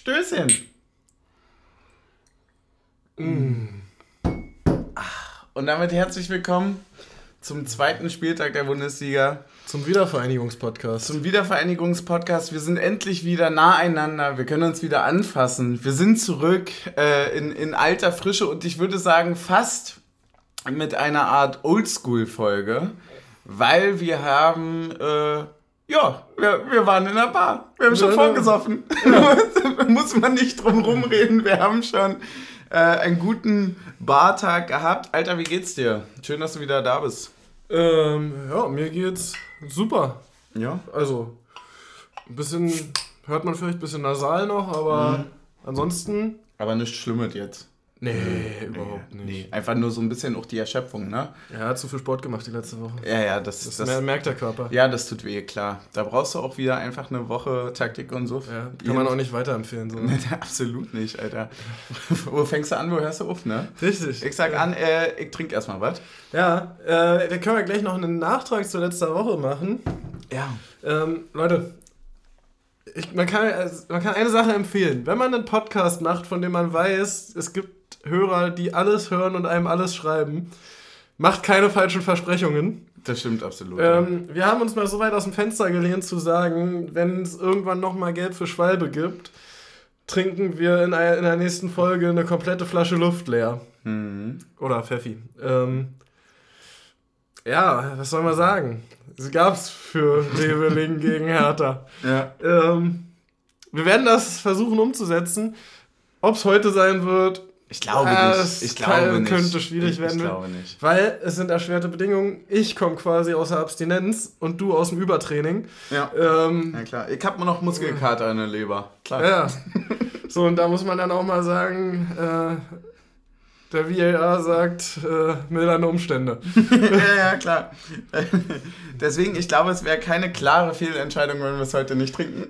Stößchen. Und damit herzlich willkommen zum zweiten Spieltag der Bundesliga. Zum Wiedervereinigungspodcast. Wir sind endlich wieder nah einander. Wir können uns wieder anfassen. Wir sind zurück in alter Frische und ich würde sagen fast mit einer Art Oldschool-Folge, weil wir haben... wir waren in der Bar. Wir haben schon vorgesoffen. Muss man nicht drum rumreden. Wir haben schon einen guten Bartag gehabt. Alter, wie geht's dir? Schön, dass du wieder da bist. Mir geht's super. Ja? Also, ein bisschen, hört man vielleicht ein bisschen nasal noch, aber ansonsten... Aber nichts Schlimmes jetzt. Nee, überhaupt nicht. Nee, einfach nur so ein bisschen auch die Erschöpfung, ne? Er hat zu viel Sport gemacht die letzte Woche. Ja, das merkt der Körper. Ja, das tut weh, klar. Da brauchst du auch wieder einfach eine Woche Taktik und so. Ja, kann man auch nicht weiterempfehlen. So. Absolut nicht, Alter. Wo fängst du an, wo hörst du auf, ne? Richtig. Ich sag an, ich trinke erstmal was. Ja, da können wir gleich noch einen Nachtrag zur letzten Woche machen. Ja. Leute, man kann eine Sache empfehlen. Wenn man einen Podcast macht, von dem man weiß, es gibt Hörer, die alles hören und einem alles schreiben, macht keine falschen Versprechungen. Das stimmt absolut. Wir haben uns mal so weit aus dem Fenster gelehnt zu sagen, wenn es irgendwann nochmal Gelb für Schwalbe gibt, trinken wir in der nächsten Folge eine komplette Flasche Luft leer. Mhm. Oder Pfeffi. Was soll man sagen? Es gab's für Leveling gegen Hertha. Ja. Wir werden das versuchen umzusetzen. Ob es heute sein wird, ich glaube nicht. Ich glaube nicht. Könnte schwierig werden. Ich glaube nicht. Weil es sind erschwerte Bedingungen. Ich komme quasi aus der Abstinenz und du aus dem Übertraining. Ja, ja klar. Ich habe noch Muskelkater in der Leber. Klar. Ja. So, und da muss man dann auch mal sagen, der VAR sagt, mildernde Umstände. Ja, klar. Deswegen, ich glaube, es wäre keine klare Fehlentscheidung, wenn wir es heute nicht trinken.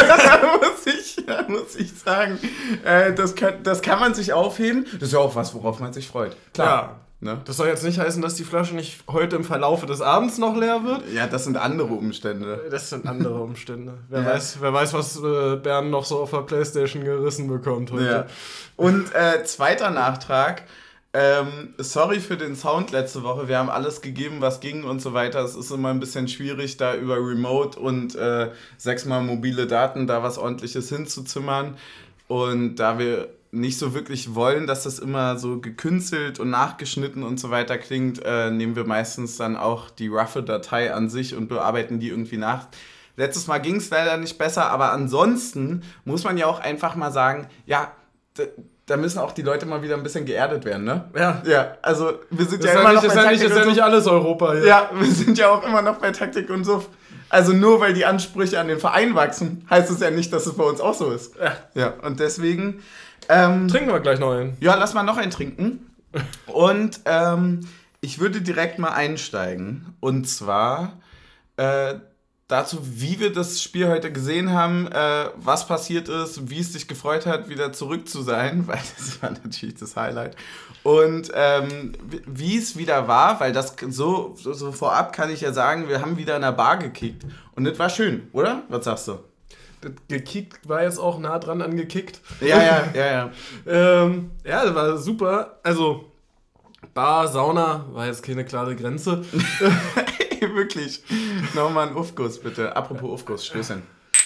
Da muss ich sagen. Das kann man sich aufheben. Das ist ja auch was, worauf man sich freut. Klar. Ja. Ne? Das soll jetzt nicht heißen, dass die Flasche nicht heute im Verlaufe des Abends noch leer wird. Ja, das sind andere Umstände. Wer weiß, was Bern noch so auf der Playstation gerissen bekommt heute. Ja. Und zweiter Nachtrag. Sorry für den Sound letzte Woche. Wir haben alles gegeben, was ging und so weiter. Es ist immer ein bisschen schwierig, da über Remote und 6-mal mobile Daten da was Ordentliches hinzuzimmern. Und da wir nicht so wirklich wollen, dass das immer so gekünstelt und nachgeschnitten und so weiter klingt, nehmen wir meistens dann auch die roughe Datei an sich und bearbeiten die irgendwie nach. Letztes Mal ging es leider nicht besser, aber ansonsten muss man ja auch einfach mal sagen, ja, da müssen auch die Leute mal wieder ein bisschen geerdet werden, ne? Ja, also wir sind ja immer noch bei Taktik und Suff. Das ist ja nicht alles Europa hier. Ja, wir sind ja auch immer noch bei Taktik und Suff. Also nur weil die Ansprüche an den Verein wachsen, heißt es ja nicht, dass es bei uns auch so ist. Ja, und deswegen... trinken wir gleich noch einen. Ja, lass mal noch einen trinken. Und ich würde direkt mal einsteigen. Und zwar dazu, wie wir das Spiel heute gesehen haben, was passiert ist, wie es dich gefreut hat, wieder zurück zu sein, weil das war natürlich das Highlight. Und wie es wieder war, weil das so vorab kann ich ja sagen, wir haben wieder in der Bar gekickt. Und das war schön, oder? Was sagst du? Gekickt war jetzt auch nah dran an gekickt. Ja. Das war super. Also, Bar, Sauna war jetzt keine klare Grenze. Wirklich. Nochmal einen Aufguss, bitte. Apropos Aufguss, Stößchen.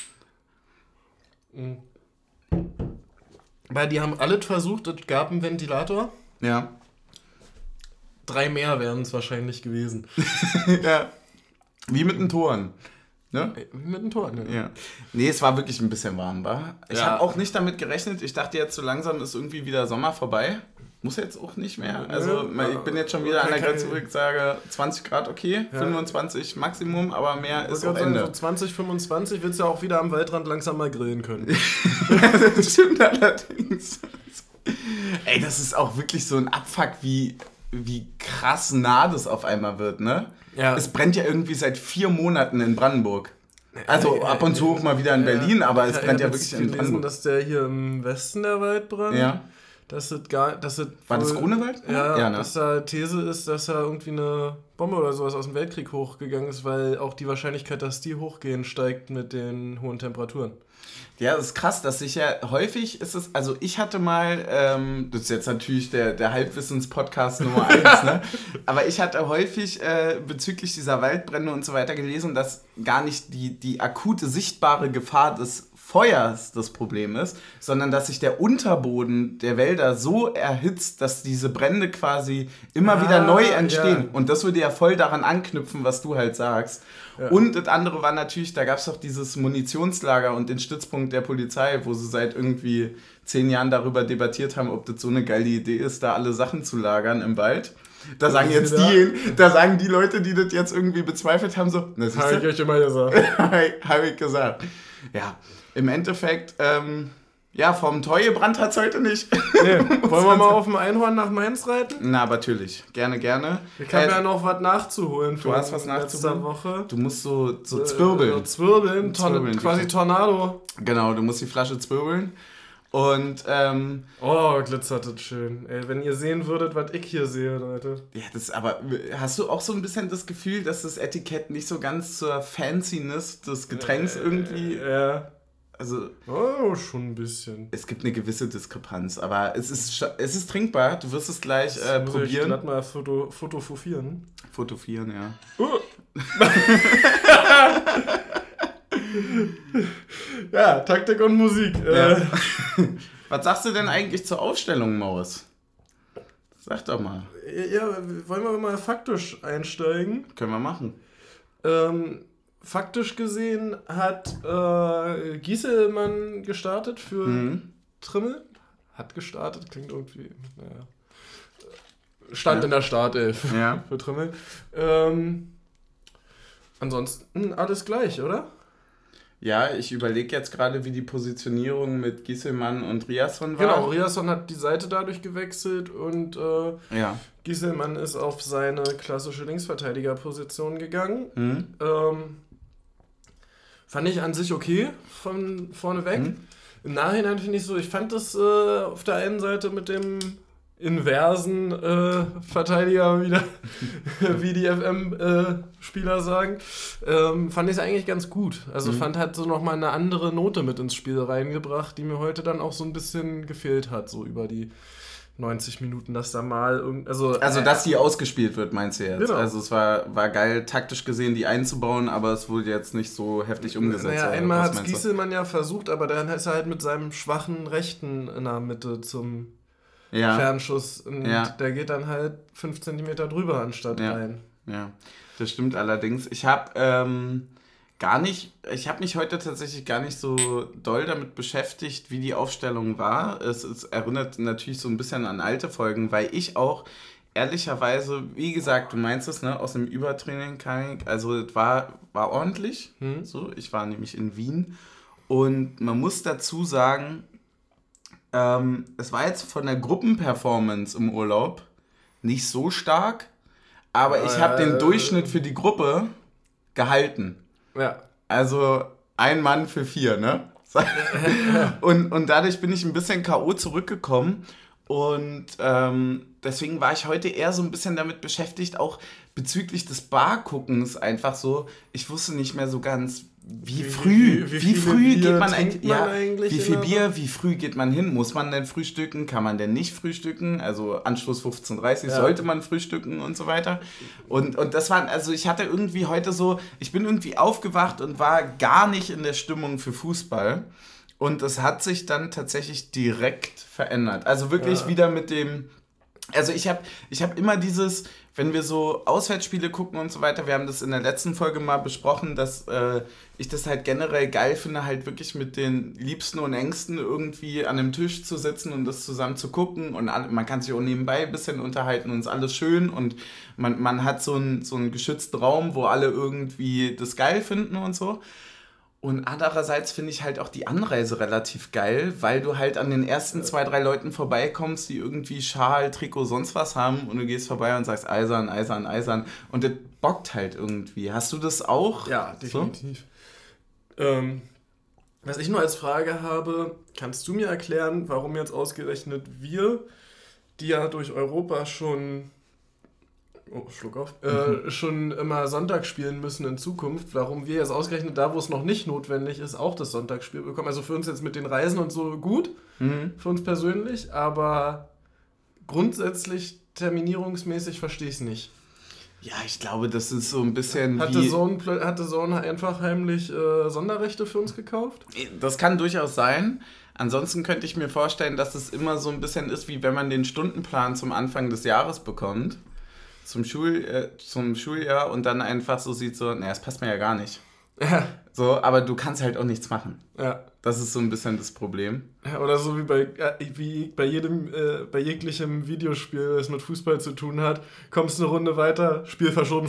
Weil die haben alles versucht, es gab einen Ventilator. Ja. 3 mehr wären es wahrscheinlich gewesen. Ja. Wie mit den Toren. Ne? Wie mit den Toren, ja. Nee, es war wirklich ein bisschen warm, war. Ich habe auch nicht damit gerechnet. Ich dachte jetzt so langsam ist irgendwie wieder Sommer vorbei. Muss jetzt auch nicht mehr. Also ich bin jetzt schon wieder an der Grenze, wo ich sage 20 Grad okay, 25 Maximum, aber mehr ist auch Ende. So 20, 25 willst du ja auch wieder am Waldrand langsam mal grillen können. Das stimmt allerdings. Ey, das ist auch wirklich so ein Abfuck, wie krass nah das auf einmal wird, ne? Ja. Es brennt ja irgendwie seit 4 Monaten in Brandenburg. Also ab und zu auch mal wieder in Berlin, aber es brennt ja wirklich in Brandenburg. Dass der hier im Westen der Wald brennt. Ja. dass das War das Grunewald? Ja, ne? Dass da These ist, dass da irgendwie eine Bombe oder sowas aus dem Weltkrieg hochgegangen ist, weil auch die Wahrscheinlichkeit, dass die hochgehen, steigt mit den hohen Temperaturen. Ja, das ist krass, dass sich ja häufig ist es, also ich hatte mal, das ist jetzt natürlich der Halbwissens-Podcast Nummer 1, ne? Aber ich hatte häufig bezüglich dieser Waldbrände und so weiter gelesen, dass gar nicht die akute sichtbare Gefahr des Feuers das Problem ist, sondern dass sich der Unterboden der Wälder so erhitzt, dass diese Brände quasi immer wieder neu entstehen. Ja. Und das würde ja voll daran anknüpfen, was du halt sagst. Ja. Und das andere war natürlich, da gab es doch dieses Munitionslager und den Stützpunkt der Polizei, wo sie seit irgendwie 10 Jahren darüber debattiert haben, ob das so eine geile Idee ist, da alle Sachen zu lagern im Wald. Da sagen die Leute, die das jetzt irgendwie bezweifelt haben, so, na, habe ich euch immer gesagt. Habe ich gesagt. Ja, im Endeffekt, vom Tor gebrannt hat es heute nicht. Nee. Wollen wir mal auf dem Einhorn nach Mainz reiten? Na, natürlich. Gerne. Ich habe ja noch was nachzuholen für letzte Woche. Du musst so zwirbeln. Zwirbeln, quasi Tornado. Genau, du musst die Flasche zwirbeln. Und, glitzert das schön. Ey, wenn ihr sehen würdet, was ich hier sehe, Leute. Ja, aber hast du auch so ein bisschen das Gefühl, dass das Etikett nicht so ganz zur Fanciness des Getränks irgendwie... Ja. Also... schon ein bisschen. Es gibt eine gewisse Diskrepanz, aber es ist trinkbar. Du wirst es gleich probieren. Ich glatt mal fotografieren. Fotografieren, ja. Ja, Taktik und Musik. Ja. Was sagst du denn eigentlich zur Aufstellung, Maus? Sag doch mal. Ja, wollen wir mal faktisch einsteigen? Können wir machen. Faktisch gesehen hat Gieselmann gestartet für Trimmel. Hat gestartet, klingt irgendwie... Naja. Stand in der Startelf für Trimmel. Ansonsten alles gleich, oder? Ja, ich überlege jetzt gerade, wie die Positionierung mit Gieselmann und Riasson war. Genau, Riasson hat die Seite dadurch gewechselt und Gieselmann ist auf seine klassische Linksverteidigerposition gegangen. Fand ich an sich okay, von vorne weg. Im Nachhinein finde ich so, ich fand das auf der einen Seite mit dem inversen Verteidiger wieder, wie die FM-Spieler sagen, fand ich es eigentlich ganz gut. Also fand hat so nochmal eine andere Note mit ins Spiel reingebracht, die mir heute dann auch so ein bisschen gefehlt hat, so über die 90 Minuten, dass da mal... dass die ausgespielt wird, meinst du jetzt? Genau. Also es war geil, taktisch gesehen, die einzubauen, aber es wurde jetzt nicht so heftig umgesetzt. Naja, einmal hat Gieselmann ja versucht, aber dann ist er halt mit seinem schwachen Rechten in der Mitte zum Fernschuss und der geht dann halt 5 cm drüber anstatt rein. Ja, das stimmt allerdings. Ich habe mich heute tatsächlich gar nicht so doll damit beschäftigt, wie die Aufstellung war. Es erinnert natürlich so ein bisschen an alte Folgen, weil ich auch ehrlicherweise, wie gesagt, du meinst es, ne, aus dem Übertraining kam ich, also es war ordentlich. So, ich war nämlich in Wien und man muss dazu sagen, es war jetzt von der Gruppenperformance im Urlaub nicht so stark, aber ich habe den Durchschnitt für die Gruppe gehalten. Ja. Also ein Mann für 4, ne? und dadurch bin ich ein bisschen K.O. zurückgekommen und deswegen war ich heute eher so ein bisschen damit beschäftigt, auch bezüglich des Barguckens einfach so, ich wusste nicht mehr so ganz, wie früh geht man eigentlich, wie viel Bier, wie früh geht man hin, muss man denn frühstücken, kann man denn nicht frühstücken, also Anschluss 15:30 sollte man frühstücken und so weiter und das war, also ich hatte irgendwie heute so, ich bin irgendwie aufgewacht und war gar nicht in der Stimmung für Fußball und das hat sich dann tatsächlich direkt verändert, also wirklich wieder mit dem, also ich hab immer dieses, wenn wir so Auswärtsspiele gucken und so weiter, wir haben das in der letzten Folge mal besprochen, dass ich das halt generell geil finde, halt wirklich mit den Liebsten und Ängsten irgendwie an einem Tisch zu sitzen und das zusammen zu gucken und man kann sich auch nebenbei ein bisschen unterhalten und ist alles schön und man hat so einen geschützten Raum, wo alle irgendwie das geil finden und so. Und andererseits finde ich halt auch die Anreise relativ geil, weil du halt an den ersten 2, 3 Leuten vorbeikommst, die irgendwie Schal, Trikot, sonst was haben und du gehst vorbei und sagst Eisern, Eisern, Eisern und das bockt halt irgendwie. Hast du das auch? Ja, definitiv. So? Was ich nur als Frage habe, kannst du mir erklären, warum jetzt ausgerechnet wir, die ja durch Europa schon schon immer Sonntag spielen müssen in Zukunft, warum wir jetzt ausgerechnet da, wo es noch nicht notwendig ist, auch das Sonntagsspiel bekommen. Also für uns jetzt mit den Reisen und so gut, für uns persönlich, aber grundsätzlich terminierungsmäßig verstehe ich es nicht. Ja, ich glaube, das ist so ein bisschen hatte Zone einfach heimlich Sonderrechte für uns gekauft? Das kann durchaus sein. Ansonsten könnte ich mir vorstellen, dass es immer so ein bisschen ist, wie wenn man den Stundenplan zum Anfang des Jahres bekommt, zum Schuljahr und dann einfach so sieht, so, naja, das passt mir ja gar nicht. Ja. So, aber du kannst halt auch nichts machen. Ja. Das ist so ein bisschen das Problem. Ja, oder so wie bei jeglichem Videospiel, das mit Fußball zu tun hat, kommst eine Runde weiter, Spiel verschoben.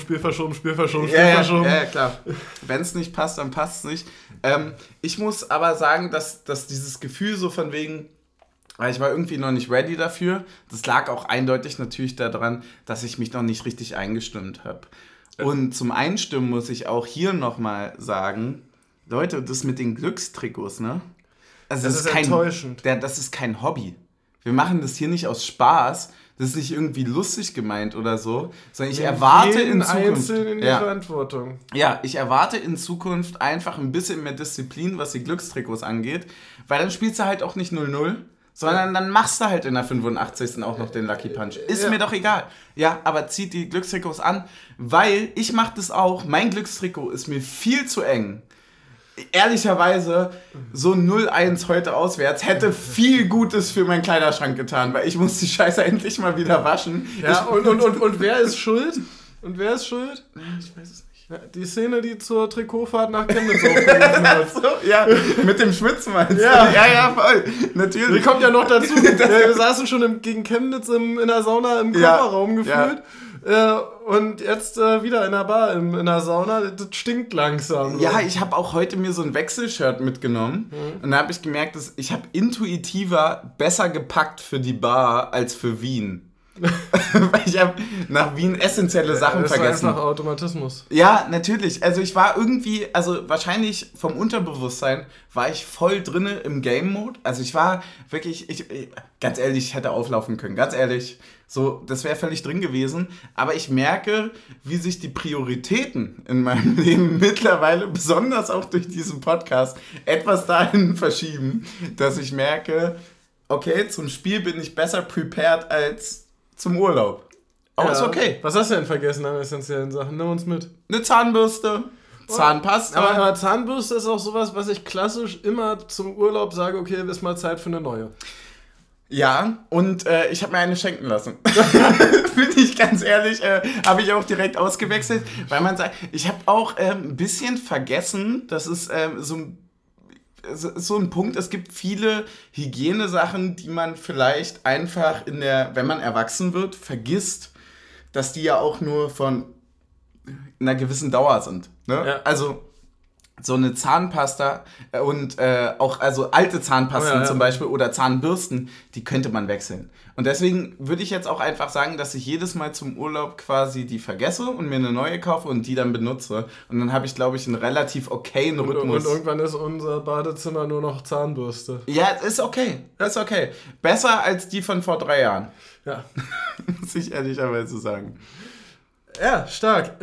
Ja, klar. Wenn es nicht passt, dann passt es nicht. Ich muss aber sagen, dass dieses Gefühl so von wegen, ich war irgendwie noch nicht ready dafür, das lag auch eindeutig natürlich daran, dass ich mich noch nicht richtig eingestimmt habe. Und zum Einstimmen muss ich auch hier nochmal sagen, Leute, das mit den Glückstrikots, ne? Also das ist enttäuschend. Das ist kein Hobby. Wir machen das hier nicht aus Spaß, das ist nicht irgendwie lustig gemeint oder so, sondern ich erwarte in Zukunft... Einzeln in die Verantwortung. Ja, ich erwarte in Zukunft einfach ein bisschen mehr Disziplin, was die Glückstrikots angeht, weil dann spielst du halt auch nicht 0-0, sondern dann machst du halt in der 85. auch noch den Lucky Punch. Ist mir doch egal. Ja, aber zieht die Glückstrikots an, weil ich mach das auch. Mein Glückstrikot ist mir viel zu eng. Ehrlicherweise, so 0-1 heute auswärts hätte viel Gutes für meinen Kleiderschrank getan, weil ich muss die Scheiße endlich mal wieder waschen. Ja, und wer ist schuld? Ich weiß es nicht. Ja, die Szene, die zur Trikotfahrt nach Chemnitz aufgerufen hat. So, ja, mit dem Schwitzen meinst du? Ja. Ja, voll. Natürlich. Die kommt ja noch dazu. Wir saßen schon gegen Chemnitz in der Sauna im Kofferraum gefühlt. Ja. Und jetzt wieder in der Bar in der Sauna. Das stinkt langsam. Ja, ich habe auch heute mir so ein Wechselshirt mitgenommen. Und da habe ich gemerkt, dass ich habe intuitiver besser gepackt für die Bar als für Wien. Weil ich habe nach Wien essentielle Sachen vergessen. Das war einfach Automatismus. Ja, natürlich. Also ich war irgendwie, wahrscheinlich vom Unterbewusstsein war ich voll drinne im Game-Mode. Also ich war wirklich, ganz ehrlich, ich hätte auflaufen können. Ganz ehrlich. So, das wäre völlig drin gewesen. Aber ich merke, wie sich die Prioritäten in meinem Leben mittlerweile, besonders auch durch diesen Podcast, etwas dahin verschieben, dass ich merke, okay, zum Spiel bin ich besser prepared als zum Urlaub. Aber ist okay. Was hast du denn vergessen an essentiellen Sachen? Nimm uns mit. Eine Zahnbürste, Zahnpasta. Aber Zahnbürste ist auch sowas, was ich klassisch immer zum Urlaub sage, okay, ist mal Zeit für eine neue. Ja, und ich habe mir eine schenken lassen. Bin ich ganz ehrlich, habe ich auch direkt ausgewechselt, weil man sagt, ich habe auch ein bisschen vergessen, das ist so ein Punkt, es gibt viele Hygienesachen, die man vielleicht einfach wenn man erwachsen wird, vergisst, dass die ja auch nur von einer gewissen Dauer sind. Ne? Ja. Also so eine Zahnpasta und auch alte Zahnpasten zum Beispiel oder Zahnbürsten, die könnte man wechseln. Und deswegen würde ich jetzt auch einfach sagen, dass ich jedes Mal zum Urlaub quasi die vergesse und mir eine neue kaufe und die dann benutze. Und dann habe ich, glaube ich, einen relativ okayen Rhythmus. Und irgendwann ist unser Badezimmer nur noch Zahnbürste. Ja, ist okay. Ist okay. Besser als die von vor 3 Jahren. Ja. Muss ich ehrlicherweise sagen. Ja, stark.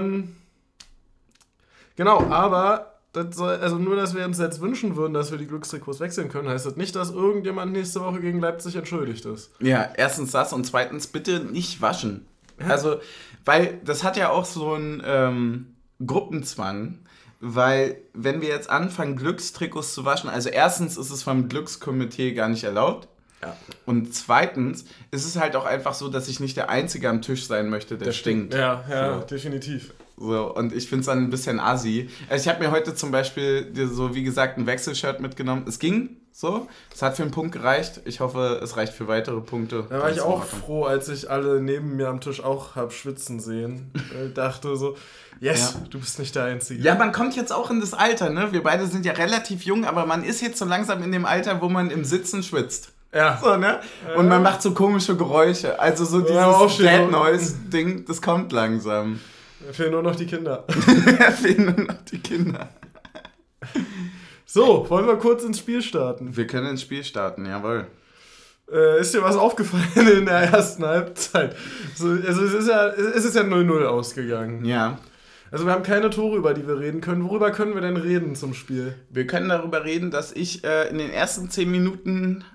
Genau, aber nur, dass wir uns jetzt wünschen würden, dass wir die Glückstrikots wechseln können, heißt das nicht, dass irgendjemand nächste Woche gegen Leipzig entschuldigt ist. Ja, erstens das und zweitens bitte nicht waschen. Also, weil das hat ja auch so einen Gruppenzwang, weil wenn wir jetzt anfangen, Glückstrikots zu waschen, also erstens ist es vom Glückskomitee gar nicht erlaubt. Ja. Und zweitens ist es halt auch einfach so, dass ich nicht der Einzige am Tisch sein möchte, der stinkt. Ja, so. Definitiv. So, und ich finde es dann ein bisschen assi. Also ich habe mir heute zum Beispiel so, wie gesagt, ein Wechselshirt mitgenommen. Es ging so. Es hat für einen Punkt gereicht. Ich hoffe, es reicht für weitere Punkte. Da war ich auch froh, als ich alle neben mir am Tisch auch habe schwitzen sehen. Ich dachte so, yes, du bist nicht der Einzige. Ja, man kommt jetzt auch in das Alter, ne? Wir beide sind ja relativ jung, aber man ist jetzt so langsam in dem Alter, wo man im Sitzen schwitzt. Ja. So, ne? Und man macht so komische Geräusche. Also so dieses Dead Noise-Ding, das kommt langsam. Fehlen nur noch die Kinder. Fehlen nur noch die Kinder. So, wollen wir kurz ins Spiel starten? Wir können ins Spiel starten, jawohl. Ist dir was aufgefallen in der ersten Halbzeit? Also es ist ja 0-0 ausgegangen. Ja. Also wir haben keine Tore, über die wir reden können. Worüber können wir denn reden zum Spiel? Wir können darüber reden, dass ich in den ersten 10 Minuten,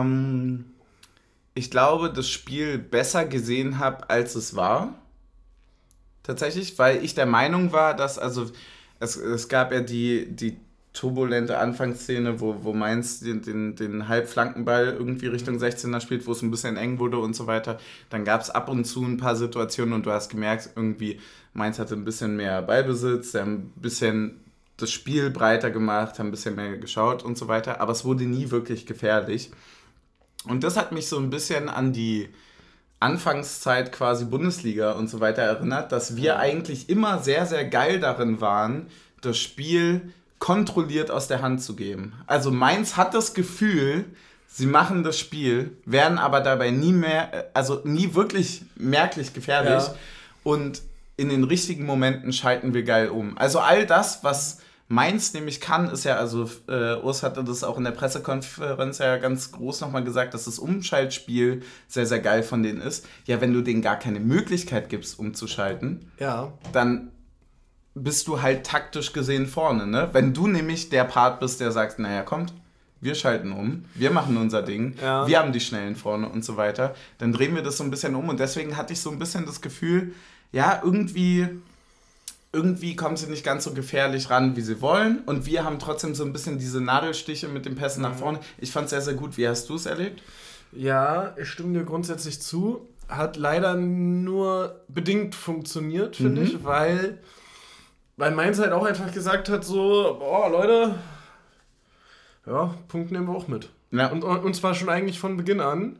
ich glaube, das Spiel besser gesehen habe, als es war. Tatsächlich, weil ich der Meinung war, dass, also es gab ja die turbulente Anfangsszene, wo Mainz den Halbflankenball irgendwie Richtung 16er spielt, wo es ein bisschen eng wurde und so weiter. Dann gab es ab und zu ein paar Situationen und du hast gemerkt, irgendwie Mainz hatte ein bisschen mehr Ballbesitz, haben ein bisschen das Spiel breiter gemacht, haben ein bisschen mehr geschaut und so weiter, aber es wurde nie wirklich gefährlich. Und das hat mich so ein bisschen an die Anfangszeit quasi Bundesliga und so weiter erinnert, dass wir eigentlich immer sehr, sehr geil darin waren, das Spiel kontrolliert aus der Hand zu geben. Also Mainz hat das Gefühl, sie machen das Spiel, werden aber dabei nie wirklich merklich gefährlich und in den richtigen Momenten schalten wir geil um. Also all das, was Mainz nämlich kann, ist ja, also Urs hatte das auch in der Pressekonferenz ja ganz groß nochmal gesagt, dass das Umschaltspiel sehr, sehr geil von denen ist. Ja, wenn du denen gar keine Möglichkeit gibst, umzuschalten, dann bist du halt taktisch gesehen vorne, ne? Wenn du nämlich der Part bist, der sagt, naja, kommt, wir schalten um, wir machen unser Ding, wir haben die Schnellen vorne und so weiter, dann drehen wir das so ein bisschen um und deswegen hatte ich so ein bisschen das Gefühl, ja, irgendwie kommen sie nicht ganz so gefährlich ran, wie sie wollen und wir haben trotzdem so ein bisschen diese Nadelstiche mit den Pässen nach vorne. Ich fand es sehr, sehr gut. Wie hast du es erlebt? Ja, ich stimme dir grundsätzlich zu. Hat leider nur bedingt funktioniert, finde ich, weil Mainz halt auch einfach gesagt hat, so, boah, Leute, ja, Punkt nehmen wir auch mit. Ja. Und zwar schon eigentlich von Beginn an.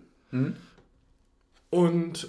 Und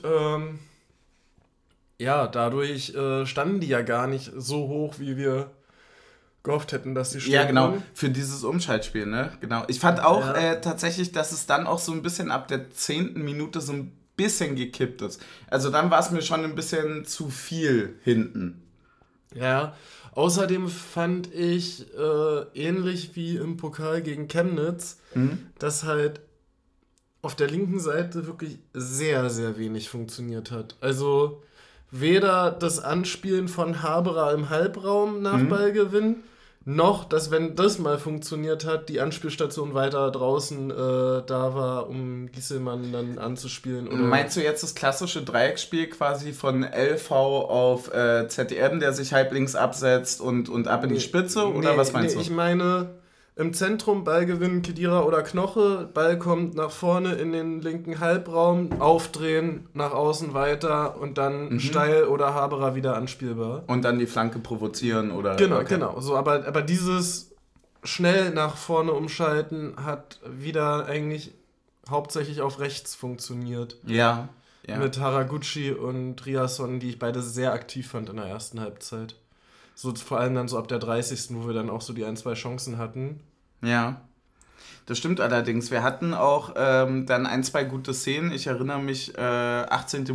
dadurch standen die ja gar nicht so hoch, wie wir gehofft hätten, dass sie stehen. Ja, genau, für dieses Umschaltspiel, ne? Genau. Ich fand auch tatsächlich, dass es dann auch so ein bisschen ab der 10. Minute so ein bisschen gekippt ist. Also dann war es mir schon ein bisschen zu viel hinten. Ja, außerdem fand ich, ähnlich wie im Pokal gegen Chemnitz, dass halt auf der linken Seite wirklich sehr, sehr wenig funktioniert hat. Also weder das Anspielen von Haberer im Halbraum nach Ballgewinn, noch, dass, wenn das mal funktioniert hat, die Anspielstation weiter draußen da war, um Gieselmann dann anzuspielen. Oder meinst du jetzt das klassische Dreiecksspiel quasi von LV auf ZDM, der sich halblinks absetzt und ab in die Spitze? Oder was meinst du? Ich meine, im Zentrum Ballgewinn Khedira oder Knoche, Ball kommt nach vorne in den linken Halbraum, aufdrehen, nach außen weiter und dann Steil oder Haberer wieder anspielbar. Und dann die Flanke provozieren oder... Genau. So, aber dieses schnell nach vorne umschalten hat wieder eigentlich hauptsächlich auf rechts funktioniert. Ja. Mit Haraguchi und Riasson, die ich beide sehr aktiv fand in der ersten Halbzeit. So vor allem dann so ab der 30., wo wir dann auch so die 1-2 Chancen hatten. Ja, das stimmt allerdings. Wir hatten auch dann 1-2 gute Szenen. Ich erinnere mich, 18.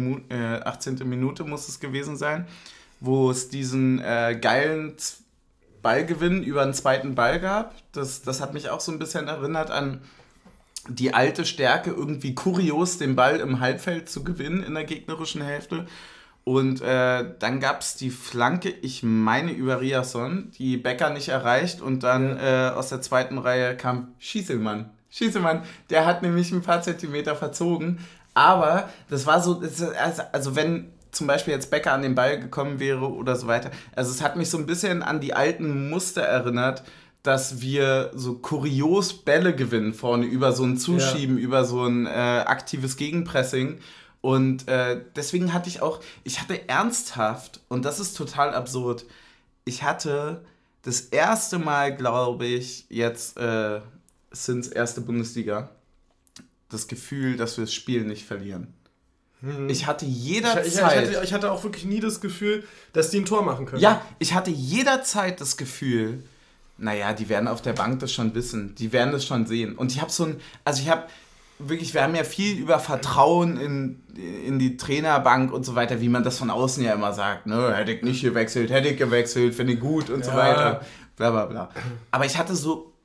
Minute muss es gewesen sein, wo es diesen geilen Ballgewinn über einen zweiten Ball gab. Das hat mich auch so ein bisschen erinnert an die alte Stärke, irgendwie kurios den Ball im Halbfeld zu gewinnen in der gegnerischen Hälfte. Und dann gab es die Flanke, ich meine über Riasson, die Becker nicht erreicht und dann aus der zweiten Reihe kam Schießelmann. Der hat nämlich ein paar Zentimeter verzogen, aber das war so, also wenn zum Beispiel jetzt Becker an den Ball gekommen wäre oder so weiter, also es hat mich so ein bisschen an die alten Muster erinnert, dass wir so kurios Bälle gewinnen vorne über so ein Zuschieben, über so ein aktives Gegenpressing. Und deswegen hatte ich hatte ernsthaft, und das ist total absurd, ich hatte das erste Mal, glaube ich, jetzt since erste Bundesliga, das Gefühl, dass wir das Spiel nicht verlieren. Ich hatte jederzeit... Ich hatte auch wirklich nie das Gefühl, dass die ein Tor machen können. Ja, ich hatte jederzeit das Gefühl, naja, die werden auf der Bank das schon wissen, die werden das schon sehen. Und ich habe wirklich, wir haben ja viel über Vertrauen in die Trainerbank und so weiter, wie man das von außen ja immer sagt. Ne? Hätte ich nicht gewechselt, hätte ich gewechselt, finde ich gut und so weiter. Bla bla bla. Aber ich hatte so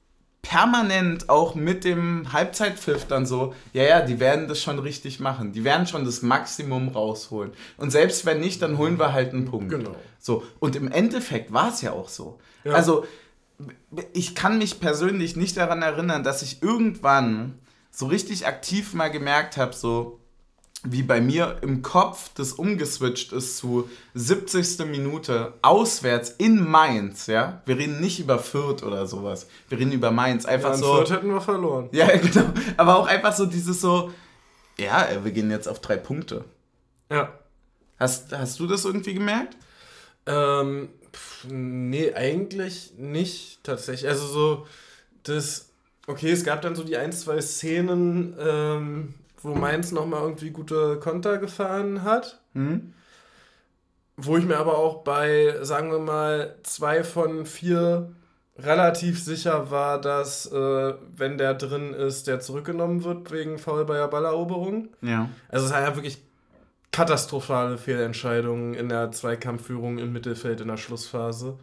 permanent auch mit dem Halbzeitpfiff dann so, ja, die werden das schon richtig machen. Die werden schon das Maximum rausholen. Und selbst wenn nicht, dann holen wir halt einen Punkt. Genau. So. Und im Endeffekt war es ja auch so. Ja. Also, ich kann mich persönlich nicht daran erinnern, dass ich irgendwann so richtig aktiv mal gemerkt habe, so wie bei mir im Kopf das umgeswitcht ist zu 70. Minute auswärts in Mainz, ja. Wir reden nicht über Fürth oder sowas. Wir reden über Mainz. Einfach in so. Fürth hätten wir verloren. Ja, genau. Aber auch einfach so dieses so, ja, wir gehen jetzt auf 3 Punkte. Ja. Hast du das irgendwie gemerkt? Nee, eigentlich nicht tatsächlich. Also so, okay, es gab dann so die 1-2 Szenen, wo Mainz nochmal irgendwie gute Konter gefahren hat. Wo ich mir aber auch bei, sagen wir mal, 2 von 4 relativ sicher war, dass, wenn der drin ist, der zurückgenommen wird wegen Foul bei der Balleroberung. Ja. Also es war ja wirklich katastrophale Fehlentscheidungen in der Zweikampfführung im Mittelfeld in der Schlussphase.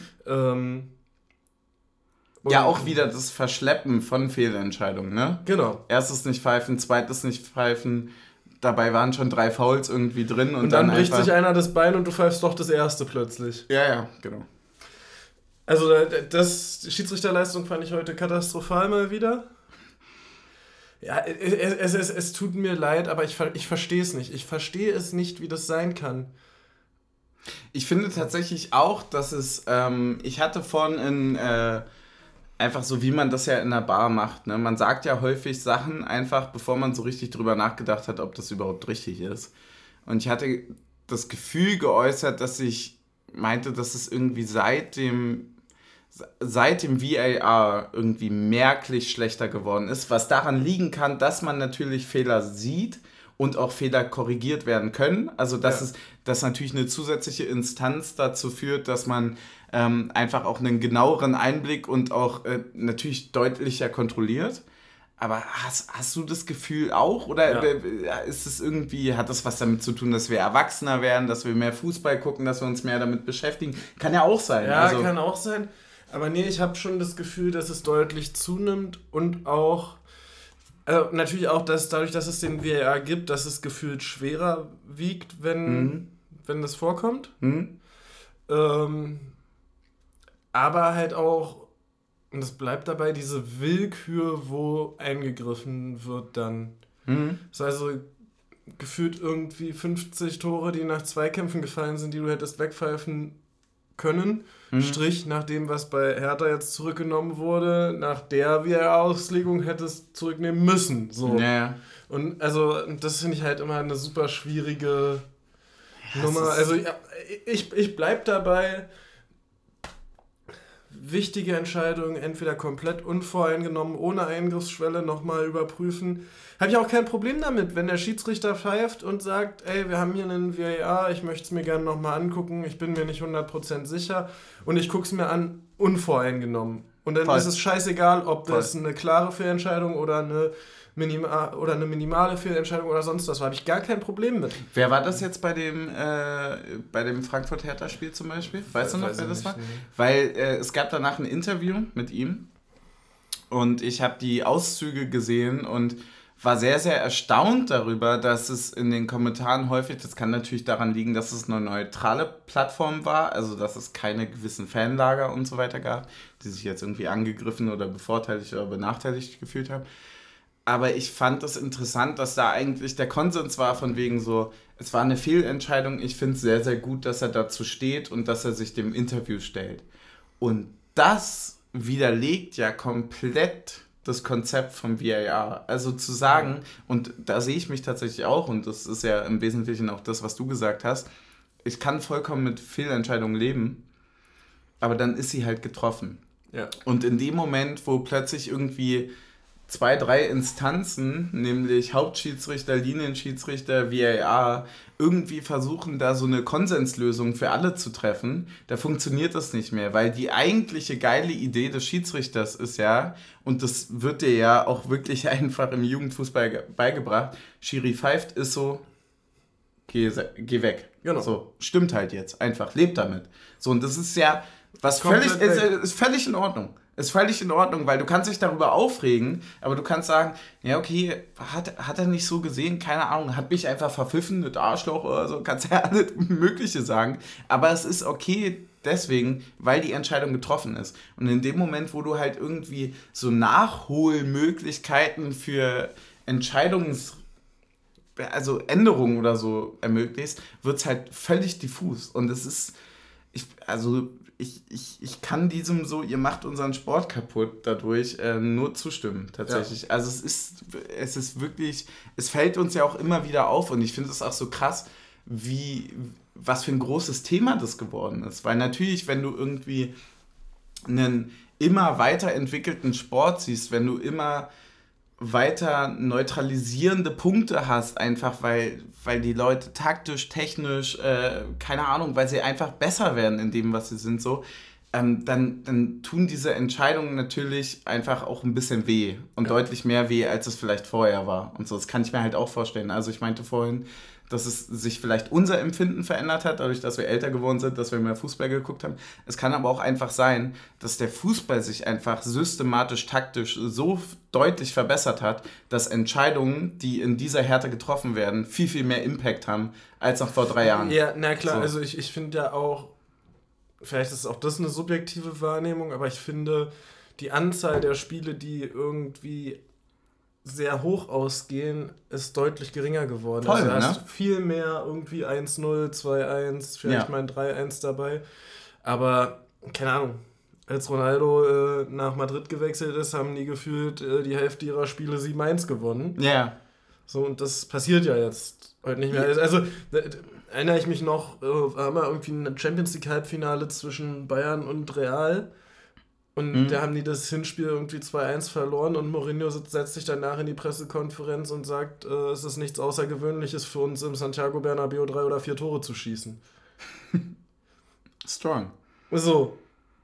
Ja, auch wieder das Verschleppen von Fehlentscheidungen, ne? Genau. Erstes nicht pfeifen, zweites nicht pfeifen. Dabei waren schon 3 Fouls irgendwie drin. Und dann bricht sich einer das Bein und du pfeifst doch das erste plötzlich. Ja, genau. Also die Schiedsrichterleistung fand ich heute katastrophal mal wieder. Ja, es tut mir leid, aber ich verstehe es nicht. Ich verstehe es nicht, wie das sein kann. Ich finde tatsächlich auch, dass es, ich hatte vorhin einfach so, wie man das ja in der Bar macht. Ne? Man sagt ja häufig Sachen einfach, bevor man so richtig drüber nachgedacht hat, ob das überhaupt richtig ist. Und ich hatte das Gefühl geäußert, dass ich meinte, dass es irgendwie seit dem VAR irgendwie merklich schlechter geworden ist, was daran liegen kann, dass man natürlich Fehler sieht und auch Fehler korrigiert werden können. Also dass natürlich eine zusätzliche Instanz dazu führt, dass man einfach auch einen genaueren Einblick und auch natürlich deutlicher kontrolliert. Aber hast du das Gefühl auch? Oder ist es irgendwie, hat das was damit zu tun, dass wir erwachsener werden, dass wir mehr Fußball gucken, dass wir uns mehr damit beschäftigen? Kann ja auch sein. Ja, also, kann auch sein. Aber nee, ich habe schon das Gefühl, dass es deutlich zunimmt und auch, natürlich auch, dass dadurch, dass es den VAR gibt, dass es gefühlt schwerer wiegt, wenn das vorkommt. Aber halt auch, und es bleibt dabei, diese Willkür, wo eingegriffen wird dann. Das ist also gefühlt irgendwie 50 Tore, die nach Zweikämpfen gefallen sind, die du hättest wegpfeifen können. Strich nach dem, was bei Hertha jetzt zurückgenommen wurde, nach der VAR-Auslegung hättest zurücknehmen müssen. So. Ja. Und also das finde ich halt immer eine super schwierige Nummer. Also ich bleib dabei, wichtige Entscheidungen entweder komplett unvoreingenommen, ohne Eingriffsschwelle nochmal überprüfen. Habe ich auch kein Problem damit, wenn der Schiedsrichter pfeift und sagt, ey, wir haben hier einen VAR, ich möchte es mir gerne nochmal angucken, ich bin mir nicht 100% sicher und ich gucke es mir an, unvoreingenommen. Und dann ist es scheißegal, ob das eine klare Fehlentscheidung oder eine minimale Fehlentscheidung oder sonst was war. Habe ich gar kein Problem mit. Wer war das jetzt bei dem Frankfurt-Hertha-Spiel zum Beispiel? Weißt du noch, wer das war? Nee. Weil es gab danach ein Interview mit ihm und ich habe die Auszüge gesehen und war sehr, sehr erstaunt darüber, dass es in den Kommentaren häufig, das kann natürlich daran liegen, dass es eine neutrale Plattform war, also dass es keine gewissen Fanlager und so weiter gab, die sich jetzt irgendwie angegriffen oder bevorteiligt oder benachteiligt gefühlt haben. Aber ich fand es interessant, dass da eigentlich der Konsens war von wegen so, es war eine Fehlentscheidung, ich finde es sehr, sehr gut, dass er dazu steht und dass er sich dem Interview stellt. Und das widerlegt ja komplett das Konzept vom VAR. Also zu sagen, und da sehe ich mich tatsächlich auch, und das ist ja im Wesentlichen auch das, was du gesagt hast, ich kann vollkommen mit Fehlentscheidungen leben, aber dann ist sie halt getroffen. Ja. Und in dem Moment, wo plötzlich irgendwie 2, 3 Instanzen, nämlich Hauptschiedsrichter, Linienschiedsrichter, VAR, irgendwie versuchen, da so eine Konsenslösung für alle zu treffen, da funktioniert das nicht mehr, weil die eigentliche geile Idee des Schiedsrichters ist ja, und das wird dir ja auch wirklich einfach im Jugendfußball beigebracht, Schiri pfeift, ist so, geh weg. Genau. So, stimmt halt jetzt, einfach, lebt damit. So, und das ist ja, was völlig, ist völlig in Ordnung. Ist völlig in Ordnung, weil du kannst dich darüber aufregen, aber du kannst sagen, ja okay, hat er nicht so gesehen, keine Ahnung, hat mich einfach verpfiffen, mit Arschloch oder so, kannst ja alles Mögliche sagen, aber es ist okay deswegen, weil die Entscheidung getroffen ist. Und in dem Moment, wo du halt irgendwie so Nachholmöglichkeiten für also Änderungen oder so ermöglicht, wird es halt völlig diffus. Und es ist, ich kann diesem so, ihr macht unseren Sport kaputt dadurch, nur zustimmen, tatsächlich. Ja. Also es ist wirklich, es fällt uns ja auch immer wieder auf und ich finde es auch so krass, was für ein großes Thema das geworden ist. Weil natürlich, wenn du irgendwie einen immer weiterentwickelten Sport siehst, wenn du immer weiter neutralisierende Punkte hast, einfach weil die Leute taktisch, technisch, keine Ahnung, weil sie einfach besser werden in dem, was sie sind, so, dann tun diese Entscheidungen natürlich einfach auch ein bisschen weh und deutlich mehr weh, als es vielleicht vorher war und so. Das kann ich mir halt auch vorstellen. Also ich meinte vorhin, dass es sich vielleicht unser Empfinden verändert hat, dadurch, dass wir älter geworden sind, dass wir mehr Fußball geguckt haben. Es kann aber auch einfach sein, dass der Fußball sich einfach systematisch, taktisch so deutlich verbessert hat, dass Entscheidungen, die in dieser Härte getroffen werden, viel, viel mehr Impact haben, als noch vor 3 Jahren. Ja, na klar, so. Also ich finde ja auch, vielleicht ist auch das eine subjektive Wahrnehmung, aber ich finde, die Anzahl der Spiele, die irgendwie sehr hoch ausgehen, ist deutlich geringer geworden. Voll, also du hast viel mehr irgendwie 1-0, 2-1, vielleicht mal ein 3-1 dabei. Aber, keine Ahnung, als Ronaldo nach Madrid gewechselt ist, haben die gefühlt die Hälfte ihrer Spiele 7-1 gewonnen. Ja. So, und das passiert ja jetzt heute nicht mehr. Also, erinnere ich mich noch, haben wir irgendwie ein Champions-League-Halbfinale zwischen Bayern und Real. Und da haben die das Hinspiel irgendwie 2-1 verloren und Mourinho setzt sich danach in die Pressekonferenz und sagt, es ist nichts Außergewöhnliches für uns im Santiago Bernabéu 3 oder 4 Tore zu schießen. Strong. So.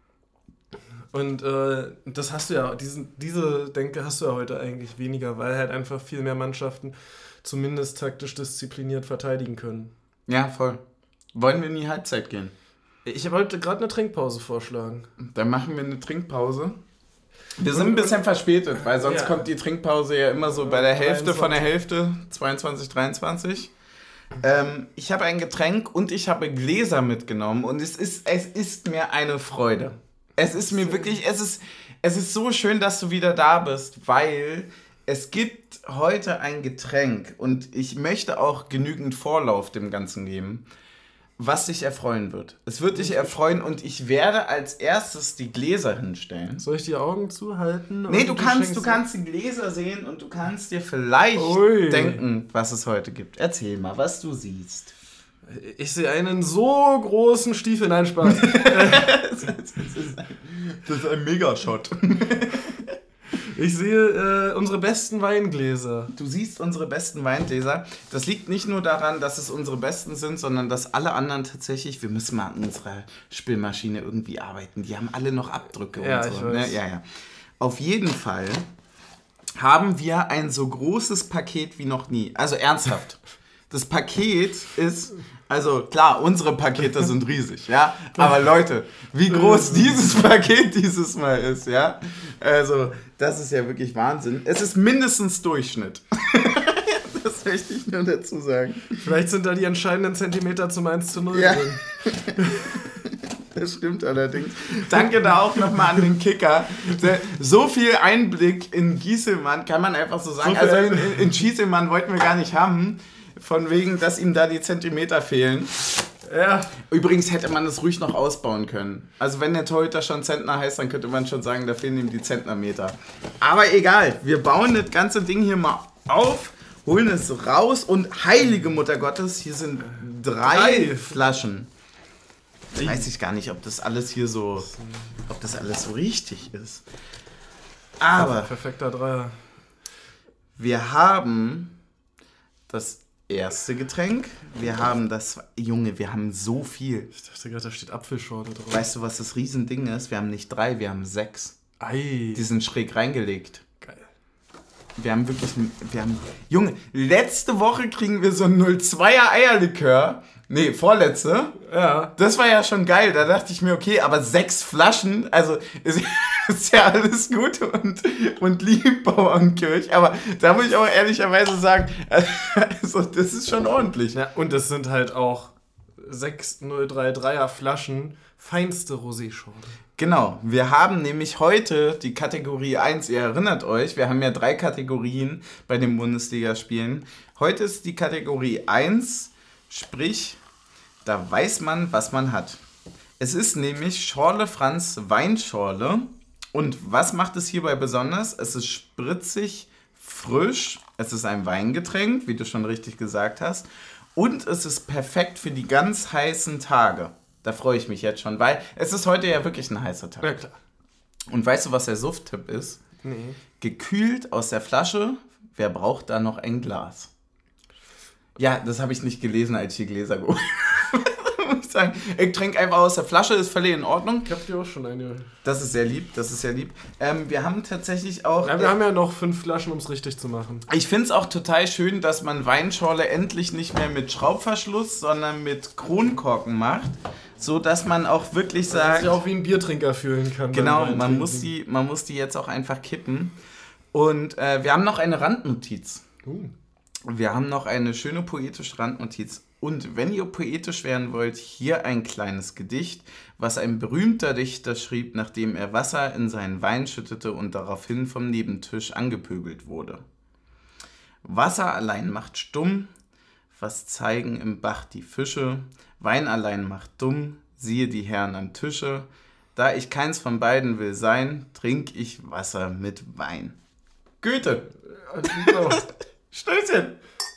Und das hast du ja, diese Denke hast du ja heute eigentlich weniger, weil halt einfach viel mehr Mannschaften zumindest taktisch diszipliniert verteidigen können. Ja, voll. Wollen wir in die Halbzeit gehen? Ich wollte gerade eine Trinkpause vorschlagen. Dann machen wir eine Trinkpause. Wir sind ein bisschen verspätet, weil sonst kommt die Trinkpause ja immer so bei der Hälfte 23. Von der Hälfte, 22, 23. Ich habe ein Getränk und ich habe Gläser mitgenommen und es ist mir eine Freude. Es ist mir wirklich, es ist so schön, dass du wieder da bist, weil es gibt heute ein Getränk und ich möchte auch genügend Vorlauf dem Ganzen geben, was dich erfreuen wird. Es wird dich erfreuen und ich werde als erstes die Gläser hinstellen. Soll ich die Augen zuhalten? Nee, du kannst die Gläser sehen und du kannst dir vielleicht denken, was es heute gibt. Erzähl mal, was du siehst. Ich sehe einen so großen Stiefel. Nein, Spaß. Das ist ein Megashot. Ich sehe unsere besten Weingläser. Du siehst unsere besten Weingläser. Das liegt nicht nur daran, dass es unsere besten sind, sondern dass alle anderen tatsächlich, wir müssen mal an unserer Spülmaschine irgendwie arbeiten. Die haben alle noch Abdrücke und so. Ich weiß. Ne? Ja. Auf jeden Fall haben wir ein so großes Paket wie noch nie. Also ernsthaft. Das Paket ist, also klar, unsere Pakete sind riesig, ja, aber Leute, wie groß dieses Paket dieses Mal ist, ja, also das ist ja wirklich Wahnsinn. Es ist mindestens Durchschnitt. Das möchte ich nur dazu sagen. Vielleicht sind da die entscheidenden Zentimeter zum 1:0 drin. Das stimmt allerdings. Danke da auch nochmal an den Kicker. So viel Einblick in Gieselmann kann man einfach so sagen. Also in Schieselmann wollten wir gar nicht haben. Von wegen, dass ihm da die Zentimeter fehlen. Ja. Übrigens hätte man das ruhig noch ausbauen können. Also wenn der Torhüter schon Zentner heißt, dann könnte man schon sagen, da fehlen ihm die Zentnermeter. Aber egal, wir bauen das ganze Ding hier mal auf, holen es raus und heilige Mutter Gottes, hier sind 3 Flaschen. Weiß ich gar nicht, ob das alles hier so, ob das alles so richtig ist. Aber perfekter Dreier. Wir haben das erste Getränk. Wir haben das... Junge, wir haben so viel. Ich dachte gerade, da steht Apfelschorle drauf. Weißt du, was das Riesending ist? Wir haben nicht 3, wir haben 6. Ei. Die sind schräg reingelegt. Geil. Junge, letzte Woche kriegen wir so ein 02er Eierlikör. Nee, vorletzte. Ja. Das war ja schon geil. Da dachte ich mir, okay, aber 6 Flaschen, also ist ja alles gut und lieb Bauernkirch. Aber da muss ich auch ehrlicherweise sagen, also das ist schon ordentlich. Ja, und es sind halt auch 6 033er Flaschen feinste Rosé-Schorle. Genau, wir haben nämlich heute die Kategorie 1, ihr erinnert euch, wir haben ja 3 Kategorien bei den Bundesligaspielen. Heute ist die Kategorie 1, sprich, da weiß man, was man hat. Es ist nämlich Schorle Franz Weinschorle. Und was macht es hierbei besonders? Es ist spritzig, frisch, es ist ein Weingetränk, wie du schon richtig gesagt hast. Und es ist perfekt für die ganz heißen Tage. Da freue ich mich jetzt schon, weil es ist heute ja wirklich ein heißer Tag. Ja, klar. Und weißt du, was der Suft-Tipp ist? Nee. Gekühlt aus der Flasche, wer braucht da noch ein Glas? Ja, das habe ich nicht gelesen, als ich die Gläser geholt habe. Muss ich sagen. Ich trinke einfach aus der Flasche, ist völlig in Ordnung. Ich habe dir auch schon eine. Das ist sehr lieb, das ist sehr lieb. Wir haben tatsächlich auch... Ja, wir haben ja noch 5 Flaschen, um es richtig zu machen. Ich finde es auch total schön, dass man Weinschorle endlich nicht mehr mit Schraubverschluss, sondern mit Kronkorken macht, so dass man auch wirklich sagt... Dass ich auch wie ein Biertrinker fühlen kann. Genau, man muss die jetzt auch einfach kippen. Und wir haben noch eine Randnotiz. Wir haben noch eine schöne poetische Randnotiz. Und wenn ihr poetisch werden wollt, hier ein kleines Gedicht, was ein berühmter Dichter schrieb, nachdem er Wasser in seinen Wein schüttete und daraufhin vom Nebentisch angepöbelt wurde. Wasser allein macht stumm, was zeigen im Bach die Fische, Wein allein macht dumm, siehe die Herren am Tische, da ich keins von beiden will sein, trink ich Wasser mit Wein. Goethe! Stößchen!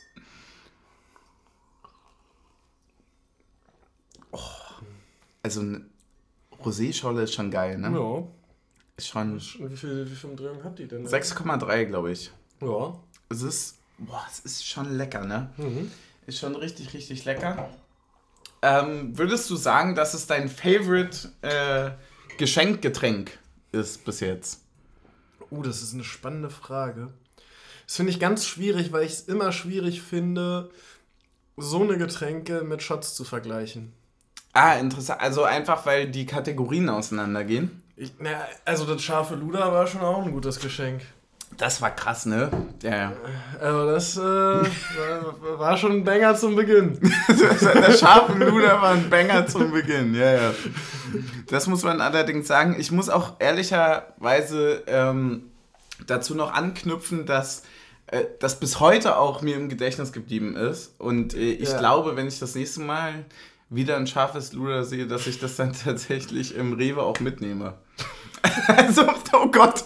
Also eine Rosé-Schorle ist schon geil, ne? Ja. Ist schon... Wie viel Umdrehung hat die denn? 6,3, glaube ich. Ja. Es ist schon lecker, ne? Mhm. Ist schon richtig, richtig lecker. Würdest du sagen, dass es dein Favorite Geschenkgetränk ist bis jetzt? Das ist eine spannende Frage. Das finde ich ganz schwierig, weil ich es immer schwierig finde, so eine Getränke mit Shots zu vergleichen. Interessant. Also einfach, weil die Kategorien auseinandergehen. Also das scharfe Luder war schon auch ein gutes Geschenk. Das war krass, ne? Ja. Also das war schon ein Banger zum Beginn. Der scharfe Luder war ein Banger zum Beginn, ja. Das muss man allerdings sagen. Ich muss auch ehrlicherweise dazu noch anknüpfen, dass das bis heute auch mir im Gedächtnis geblieben ist. Und ich glaube, wenn ich das nächste Mal wieder ein scharfes Luder sehe, dass ich das dann tatsächlich im Rewe auch mitnehme. Also, oh Gott.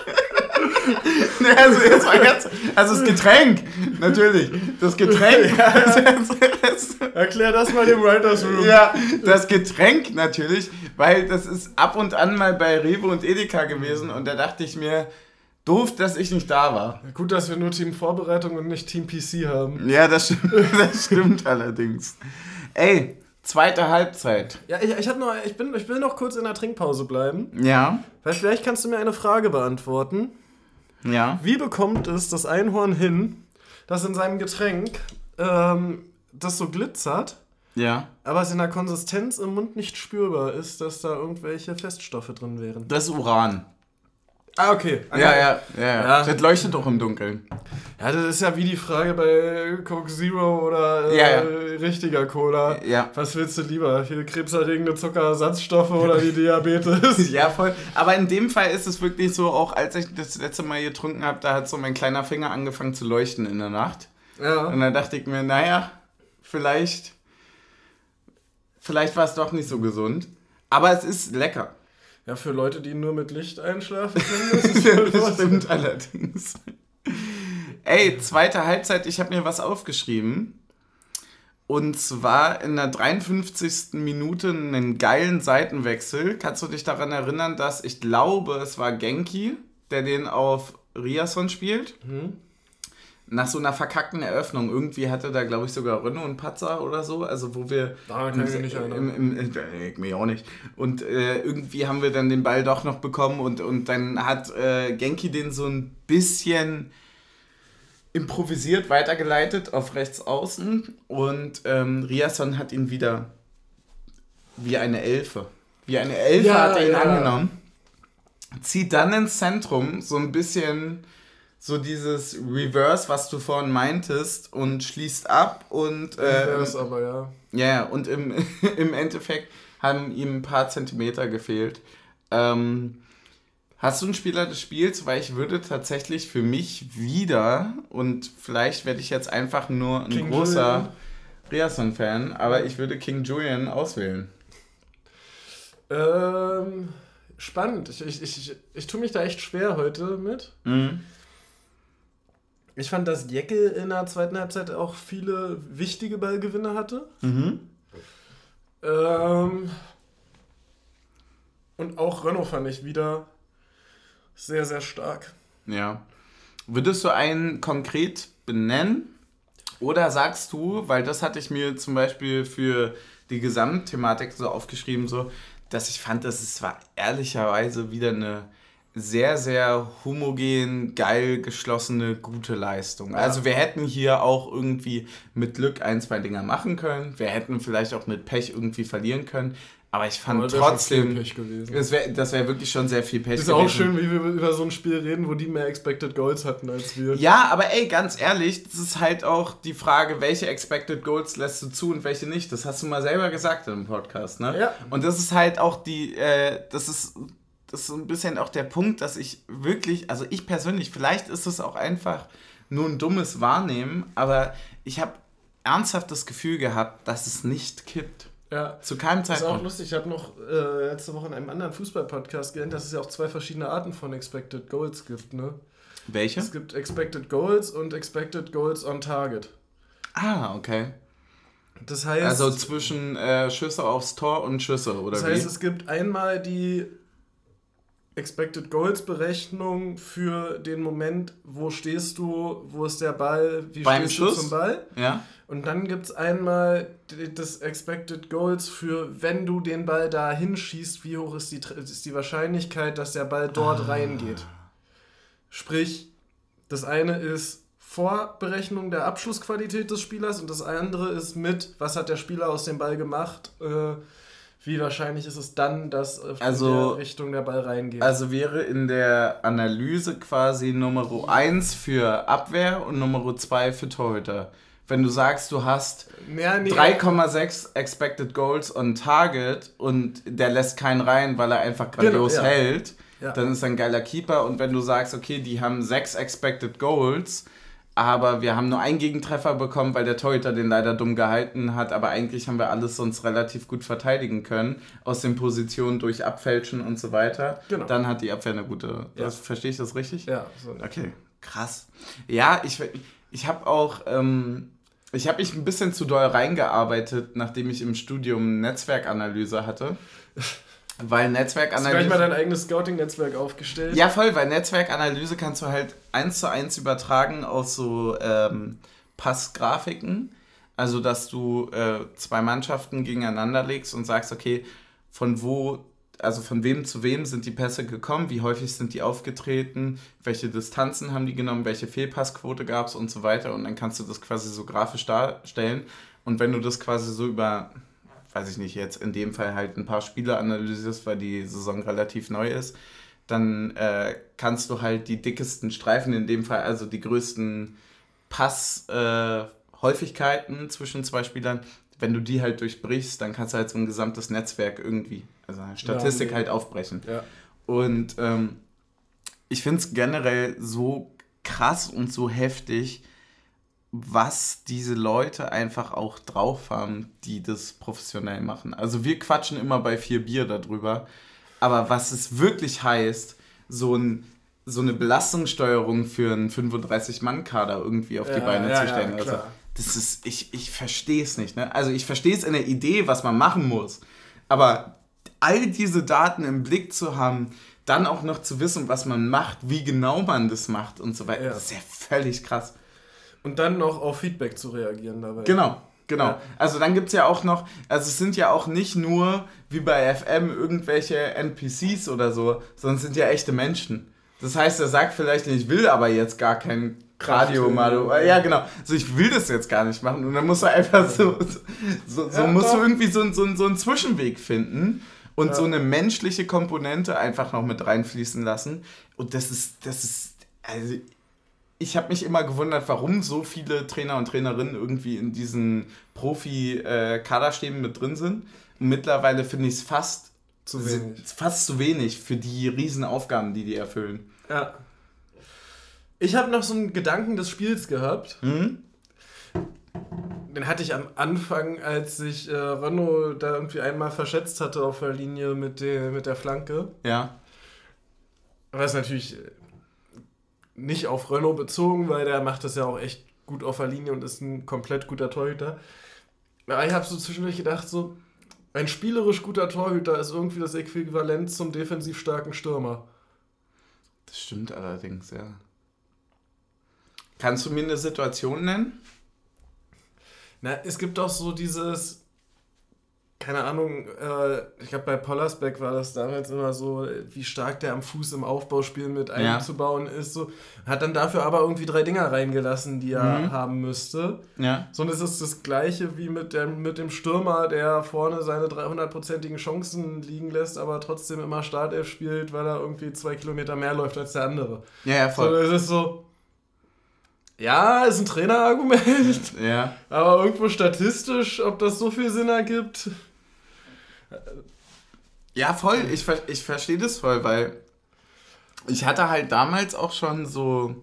Also das Getränk, natürlich. Das Getränk. Erklär das mal dem Writers Room. Ja, das Getränk natürlich, weil das ist ab und an mal bei Rewe und Edeka gewesen und da dachte ich mir, doof, dass ich nicht da war. Gut, dass wir nur Team Vorbereitung und nicht Team PC haben. Ja, das stimmt allerdings. Ey, zweite Halbzeit. Ja, ich will noch kurz in der Trinkpause bleiben. Ja. Weil vielleicht kannst du mir eine Frage beantworten. Ja. Wie bekommt es das Einhorn hin, dass in seinem Getränk das so glitzert, ja, aber es in der Konsistenz im Mund nicht spürbar ist, dass da irgendwelche Feststoffe drin wären? Das ist Uran. Okay. Ja. Das leuchtet doch im Dunkeln. Ja, das ist ja wie die Frage bei Coke Zero oder richtiger Cola. Ja. Was willst du lieber? Hier krebserregende Zuckerersatzstoffe oder die Diabetes? Ja, voll. Aber in dem Fall ist es wirklich so, auch als ich das letzte Mal getrunken habe, da hat so mein kleiner Finger angefangen zu leuchten in der Nacht. Ja. Und dann dachte ich mir, naja, vielleicht war es doch nicht so gesund. Aber es ist lecker. Ja, für Leute, die nur mit Licht einschlafen können, das stimmt allerdings. Ey, zweite Halbzeit, ich habe mir was aufgeschrieben. Und zwar in der 53. Minute einen geilen Seitenwechsel. Kannst du dich daran erinnern, dass ich glaube, es war Genki, der den auf Riasson spielt? Mhm. Nach so einer verkackten Eröffnung. Irgendwie hatte da, glaube ich, sogar Renault und Patzer oder so. Also wo wir... Da kann ich mich nicht erinnern. Ich mich auch nicht. Und irgendwie haben wir dann den Ball doch noch bekommen und dann hat Genki den so ein bisschen improvisiert weitergeleitet auf rechts außen und Riasson hat ihn wieder wie eine Elfe. Wie eine Elfe hat er ihn angenommen. Zieht dann ins Zentrum so ein bisschen so dieses Reverse, was du vorhin meintest, und schließt ab und Reverse aber, ja. Ja, und im Endeffekt haben ihm ein paar Zentimeter gefehlt. Hast du einen Spieler des Spiels? Weil ich würde tatsächlich für mich wieder, und vielleicht werde ich jetzt einfach nur ein großer Riasson-Fan, aber ich würde King Julian auswählen. Spannend. Ich tue mich da echt schwer heute mit. Mhm. Ich fand, dass Jecke in der zweiten Halbzeit auch viele wichtige Ballgewinne hatte. Mhm. Und auch Renault fand ich wieder sehr, sehr stark. Ja. Würdest du einen konkret benennen? Oder sagst du, weil das hatte ich mir zum Beispiel für die Gesamtthematik so aufgeschrieben, so, dass ich fand, dass es war ehrlicherweise wieder eine sehr, sehr homogen, geil geschlossene, gute Leistung. Ja. Also wir hätten hier auch irgendwie mit Glück 1, 2 Dinger machen können. Wir hätten vielleicht auch mit Pech irgendwie verlieren können. Aber ich fand trotzdem, das wäre wirklich schon sehr viel Pech gewesen. Ist auch schön, wie wir über so ein Spiel reden, wo die mehr Expected Goals hatten als wir. Ja, aber ey, ganz ehrlich, das ist halt auch die Frage, welche Expected Goals lässt du zu und welche nicht. Das hast du mal selber gesagt im Podcast, ne? Ja. Und das ist halt auch das ist so ein bisschen auch der Punkt, dass ich wirklich, also ich persönlich, vielleicht ist es auch einfach nur ein dummes Wahrnehmen, aber ich habe ernsthaft das Gefühl gehabt, dass es nicht kippt. Ja, zu keinem Zeitpunkt. Das ist auch lustig. Ich habe noch letzte Woche in einem anderen Fußball-Podcast gelernt, dass es ja auch 2 verschiedene Arten von Expected Goals gibt, ne? Welche? Es gibt Expected Goals und Expected Goals on Target. Ah, okay. Das heißt... Also zwischen Schüsse aufs Tor und Schüsse, oder wie? Das heißt, es gibt einmal die Expected Goals Berechnung für den Moment, wo stehst du, wo ist der Ball, wie beim stehst Schuss? Du zum Ball. Ja. Und dann gibt es einmal das Expected Goals für, wenn du den Ball da hinschießt, wie hoch ist die Wahrscheinlichkeit, dass der Ball dort reingeht. Sprich, das eine ist Vorberechnung der Abschlussqualität des Spielers und das andere ist mit, was hat der Spieler aus dem Ball gemacht, wie wahrscheinlich ist es dann, dass in der Richtung der Ball reingeht. Also wäre in der Analyse quasi Nummer 1 für Abwehr und Nummer 2 für Torhüter. Wenn du sagst, du hast 3,6 Expected Goals on Target und der lässt keinen rein, weil er einfach grandios hält, dann ist er ein geiler Keeper. Und wenn du sagst, okay, die haben 6 Expected Goals, aber wir haben nur einen Gegentreffer bekommen, weil der Torhüter den leider dumm gehalten hat, aber eigentlich haben wir alles sonst relativ gut verteidigen können, aus den Positionen durch Abfälschen und so weiter, dann hat die Abwehr eine gute... Verstehe ich das richtig? Ja. So okay, krass. Ja, ich habe auch... ich habe mich ein bisschen zu doll reingearbeitet, nachdem ich im Studium Netzwerkanalyse hatte. Weil Netzwerkanalyse... Hast du gleich mal dein eigenes Scouting-Netzwerk aufgestellt? Ja, voll, weil Netzwerkanalyse kannst du halt 1:1 übertragen auf so Passgrafiken. Also, dass du 2 Mannschaften gegeneinander legst und sagst, okay, von wem zu wem sind die Pässe gekommen, wie häufig sind die aufgetreten, welche Distanzen haben die genommen, welche Fehlpassquote gab es und so weiter. Und dann kannst du das quasi so grafisch darstellen. Und wenn du das quasi so über... weiß ich nicht, jetzt in dem Fall halt ein paar Spiele analysierst, weil die Saison relativ neu ist, dann kannst du halt die dickesten Streifen, in dem Fall also die größten Passhäufigkeiten zwischen 2 Spielern, wenn du die halt durchbrichst, dann kannst du halt so ein gesamtes Netzwerk irgendwie, also eine Statistik halt aufbrechen. Ja. Und ich finde es generell so krass und so heftig, was diese Leute einfach auch drauf haben, die das professionell machen. Also wir quatschen immer bei 4 Bier darüber, aber was es wirklich heißt, so eine Belastungssteuerung für einen 35-Mann-Kader irgendwie auf die Beine zu stellen. Also das ist, ich verstehe es nicht. Ne? Also ich verstehe es in der Idee, was man machen muss, aber all diese Daten im Blick zu haben, dann auch noch zu wissen, was man macht, wie genau man das macht und so weiter, das ist ja völlig krass. Und dann noch auf Feedback zu reagieren dabei. Genau. Ja. Also dann gibt es ja auch noch, also es sind ja auch nicht nur, wie bei FM, irgendwelche NPCs oder so, sondern es sind ja echte Menschen. Das heißt, er sagt vielleicht, ich will aber jetzt gar keinen Radio mal. Ja, genau. So, ich will das jetzt gar nicht machen. Und dann musst du einfach musst du irgendwie so einen Zwischenweg finden und so eine menschliche Komponente einfach noch mit reinfließen lassen. Und das ist, also ich habe mich immer gewundert, warum so viele Trainer und Trainerinnen irgendwie in diesen Profi-Kaderstäben mit drin sind. Und mittlerweile finde ich es fast zu wenig für die riesen Aufgaben, die erfüllen. Ja. Ich habe noch so einen Gedanken des Spiels gehabt. Den hatte ich am Anfang, als sich Renault da irgendwie einmal verschätzt hatte auf der Linie mit der Flanke. Ja. Aber ist natürlich nicht auf Renault bezogen, weil der macht das ja auch echt gut auf der Linie und ist ein komplett guter Torhüter. Aber ich habe so zwischendurch gedacht, so ein spielerisch guter Torhüter ist irgendwie das Äquivalent zum defensiv starken Stürmer. Das stimmt allerdings, ja. Kannst du mir eine Situation nennen? Na, es gibt doch so dieses, keine Ahnung, ich glaube bei Pollersbeck war das damals immer so, wie stark der am Fuß im Aufbauspiel mit einzubauen ist. So. Hat dann dafür aber irgendwie 3 Dinger reingelassen, die er haben müsste. Ja. So, und es ist das Gleiche wie mit dem Stürmer, der vorne seine 300-prozentigen Chancen liegen lässt, aber trotzdem immer Startelf spielt, weil er irgendwie 2 Kilometer mehr läuft als der andere. Ja, voll. So, es ist so... Ja, ist ein Trainerargument, aber irgendwo statistisch, ob das so viel Sinn ergibt. Ja, voll, ich verstehe das voll, weil ich hatte halt damals auch schon so,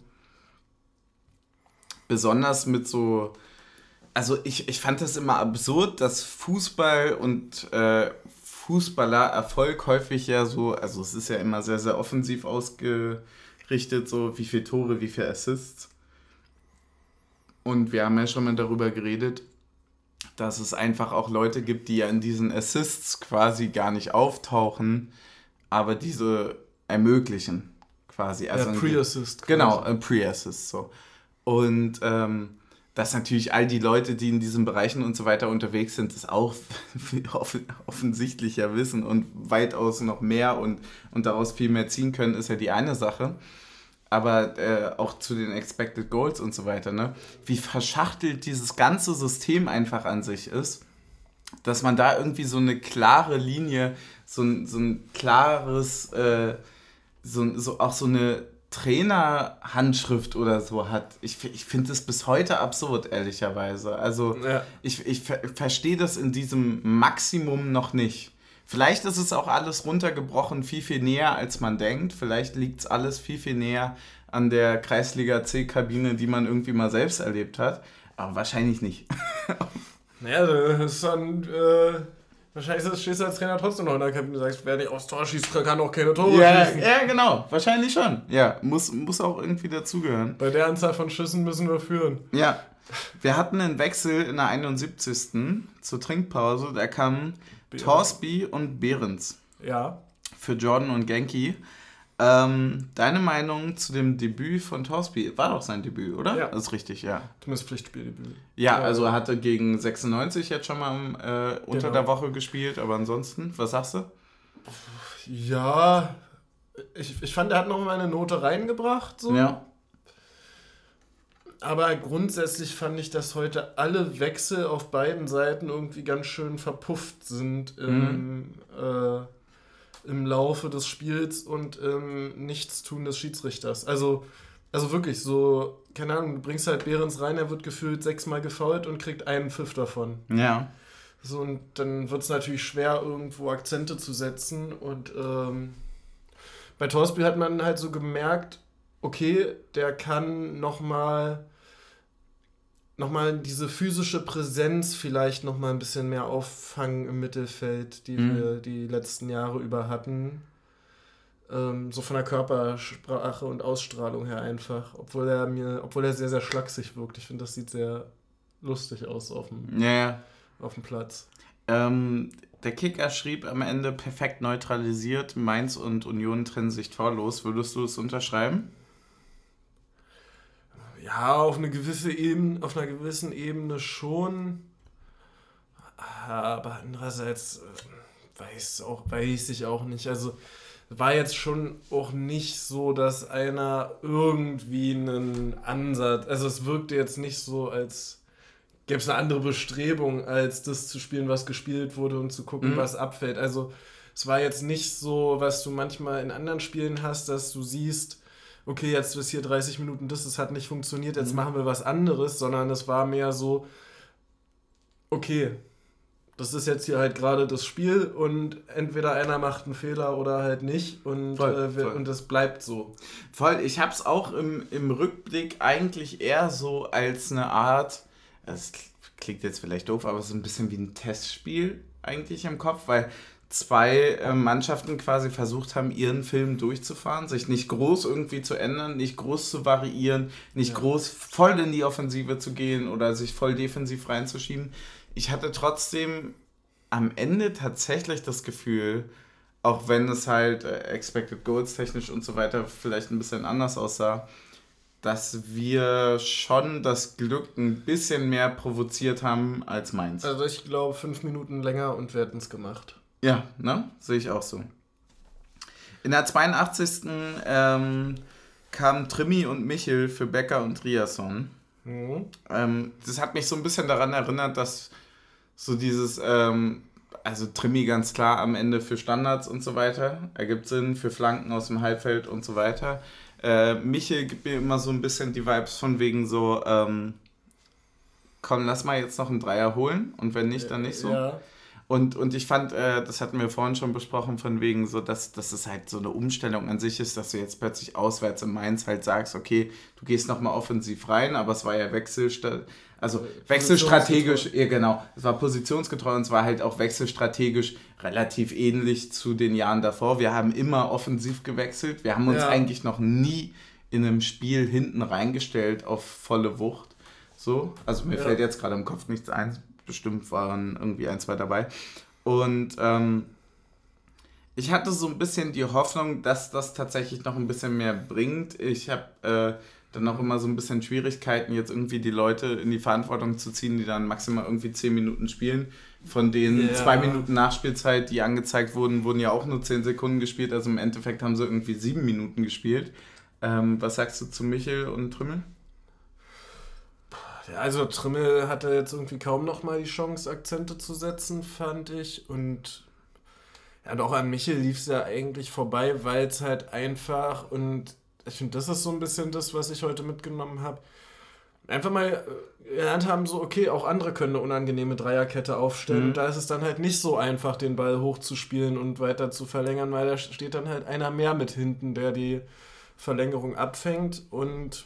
besonders mit so, also ich fand das immer absurd, dass Fußball und Fußballererfolg häufig ja so, also es ist ja immer sehr, sehr offensiv ausgerichtet, so wie viele Tore, wie viele Assists. Und wir haben ja schon mal darüber geredet, dass es einfach auch Leute gibt, die ja in diesen Assists quasi gar nicht auftauchen, aber diese ermöglichen quasi. Also Pre-Assist. Genau, ein Pre-Assist. So. Und dass natürlich all die Leute, die in diesen Bereichen und so weiter unterwegs sind, das auch offensichtlich ja wissen und weitaus noch mehr und daraus viel mehr ziehen können, ist ja die eine Sache. Aber auch zu den Expected Goals und so weiter, ne? Wie verschachtelt dieses ganze System einfach an sich ist, dass man da irgendwie so eine klare Linie, so ein klares, auch so eine Trainerhandschrift oder so hat. Ich finde das bis heute absurd, ehrlicherweise. Also ich verstehe das in diesem Maximum noch nicht. Vielleicht ist es auch alles runtergebrochen viel, viel näher, als man denkt. Vielleicht liegt es alles viel, viel näher an der Kreisliga-C-Kabine, die man irgendwie mal selbst erlebt hat. Aber wahrscheinlich nicht. Naja, das ist dann... wahrscheinlich stehst du als Trainer trotzdem noch in der Kabine und sagst, wer nicht aufs Tor schießt, kann auch keine Tore schießen. Ja, genau. Wahrscheinlich schon. Ja, muss auch irgendwie dazugehören. Bei der Anzahl von Schüssen müssen wir führen. Ja. Wir hatten einen Wechsel in der 71. zur Trinkpause. Da kamen Torsby und Behrens. Ja. Für Jordan und Genki. Deine Meinung zu dem Debüt von Torsby? War doch sein Debüt, oder? Ja. Das ist richtig, ja. Zumindest Pflichtspieldebüt. Ja, also er hatte gegen 96 jetzt schon mal unter der Woche gespielt, aber ansonsten, was sagst du? Ja, ich fand, er hat noch mal eine Note reingebracht. So. Ja. Aber grundsätzlich fand ich, dass heute alle Wechsel auf beiden Seiten irgendwie ganz schön verpufft sind im Laufe des Spiels und im Nichtstun des Schiedsrichters. Also wirklich so, keine Ahnung, du bringst halt Behrens rein, er wird gefühlt 6-mal gefoult und kriegt einen Pfiff davon. Ja. So, und dann wird es natürlich schwer, irgendwo Akzente zu setzen. Und bei Torsby hat man halt so gemerkt, okay, der kann nochmal diese physische Präsenz vielleicht nochmal ein bisschen mehr auffangen im Mittelfeld, die wir die letzten Jahre über hatten. So von der Körpersprache und Ausstrahlung her einfach. Obwohl er sehr, sehr schlaksig wirkt. Ich finde, das sieht sehr lustig aus auf dem Platz. Der Kicker schrieb am Ende perfekt neutralisiert, Mainz und Union trennen sich torlos. Würdest du es unterschreiben? Ja, auf einer gewissen Ebene schon. Aber andererseits weiß ich auch nicht. Also war jetzt schon auch nicht so, dass einer irgendwie einen Ansatz, also es wirkte jetzt nicht so, als gäbe es eine andere Bestrebung, als das zu spielen, was gespielt wurde und zu gucken, was abfällt. Also es war jetzt nicht so, was du manchmal in anderen Spielen hast, dass du siehst, okay, jetzt ist hier 30 Minuten das hat nicht funktioniert, jetzt machen wir was anderes, sondern es war mehr so, okay, das ist jetzt hier halt gerade das Spiel und entweder einer macht einen Fehler oder halt nicht und das bleibt so. Voll, ich hab's auch im Rückblick eigentlich eher so als eine Art, das klingt jetzt vielleicht doof, aber so ein bisschen wie ein Testspiel eigentlich im Kopf, weil zwei Mannschaften quasi versucht haben, ihren Film durchzufahren, sich nicht groß irgendwie zu ändern, nicht groß zu variieren, nicht groß voll in die Offensive zu gehen oder sich voll defensiv reinzuschieben. Ich hatte trotzdem am Ende tatsächlich das Gefühl, auch wenn es halt Expected Goals technisch und so weiter vielleicht ein bisschen anders aussah, dass wir schon das Glück ein bisschen mehr provoziert haben als Mainz. Also ich glaube 5 Minuten länger und wir hätten es gemacht. Ja, ne? Sehe ich auch so. In der 82. Kamen Trimmi und Michel für Becker und Riasson. Das hat mich so ein bisschen daran erinnert, dass so dieses, also Trimmi ganz klar am Ende für Standards und so weiter, ergibt Sinn, für Flanken aus dem Halbfeld und so weiter. Michel gibt mir immer so ein bisschen die Vibes von wegen so, komm, lass mal jetzt noch einen Dreier holen und wenn nicht, dann nicht so. Ja. Und ich fand, das hatten wir vorhin schon besprochen, von wegen so, dass es halt so eine Umstellung an sich ist, dass du jetzt plötzlich auswärts in Mainz halt sagst, okay, du gehst nochmal offensiv rein, aber es war ja wechselstrategisch, ja genau, es war positionsgetreu und es war halt auch wechselstrategisch relativ ähnlich zu den Jahren davor. Wir haben immer offensiv gewechselt, wir haben uns eigentlich noch nie in einem Spiel hinten reingestellt auf volle Wucht. So, also mir fällt jetzt gerade im Kopf nichts ein. Bestimmt waren irgendwie 1, 2 dabei. Und ich hatte so ein bisschen die Hoffnung, dass das tatsächlich noch ein bisschen mehr bringt. Ich habe dann auch immer so ein bisschen Schwierigkeiten, jetzt irgendwie die Leute in die Verantwortung zu ziehen, die dann maximal irgendwie 10 Minuten spielen. Von den 2 Minuten Nachspielzeit, die angezeigt wurden ja auch nur 10 Sekunden gespielt. Also im Endeffekt haben sie irgendwie 7 Minuten gespielt. Was sagst du zu Michel und Trümmel? Ja, also Trimmel hatte jetzt irgendwie kaum noch mal die Chance, Akzente zu setzen, fand ich. Und ja, und auch an Michel lief es ja eigentlich vorbei, weil es halt einfach, und ich finde, das ist so ein bisschen das, was ich heute mitgenommen habe, einfach mal gelernt haben, so, okay, auch andere können eine unangenehme Dreierkette aufstellen. Und da ist es dann halt nicht so einfach, den Ball hochzuspielen und weiter zu verlängern, weil da steht dann halt einer mehr mit hinten, der die Verlängerung abfängt. Und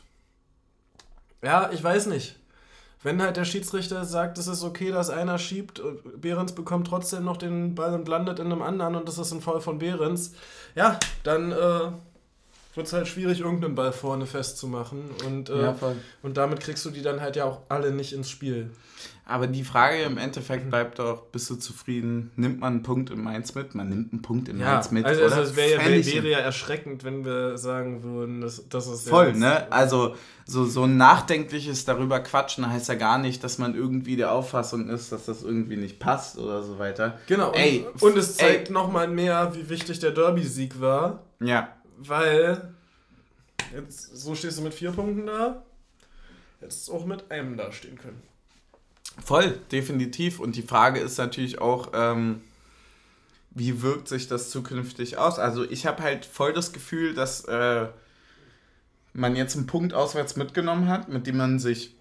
ja, ich weiß nicht. Wenn halt der Schiedsrichter sagt, es ist okay, dass einer schiebt, und Behrens bekommt trotzdem noch den Ball und landet in einem anderen und das ist ein Foul von Behrens, ja, dann wird es halt schwierig, irgendeinen Ball vorne festzumachen und damit kriegst du die dann halt ja auch alle nicht ins Spiel. Aber die Frage im Endeffekt bleibt doch, bist du zufrieden? Nimmt man einen Punkt in Mainz mit? Man nimmt einen Punkt in Mainz mit, also oder? Es wäre ja erschreckend, wenn wir sagen würden, das ist voll, jetzt, ne? Also so ein nachdenkliches darüber quatschen heißt ja gar nicht, dass man irgendwie der Auffassung ist, dass das irgendwie nicht passt oder so weiter. Genau, und es zeigt nochmal mehr, wie wichtig der Derby-Sieg war. Ja. Weil, jetzt so stehst du mit 4 Punkten da, hättest du auch mit einem da stehen können. Voll, definitiv. Und die Frage ist natürlich auch, wie wirkt sich das zukünftig aus? Also ich habe halt voll das Gefühl, dass man jetzt einen Punkt auswärts mitgenommen hat, mit dem man sich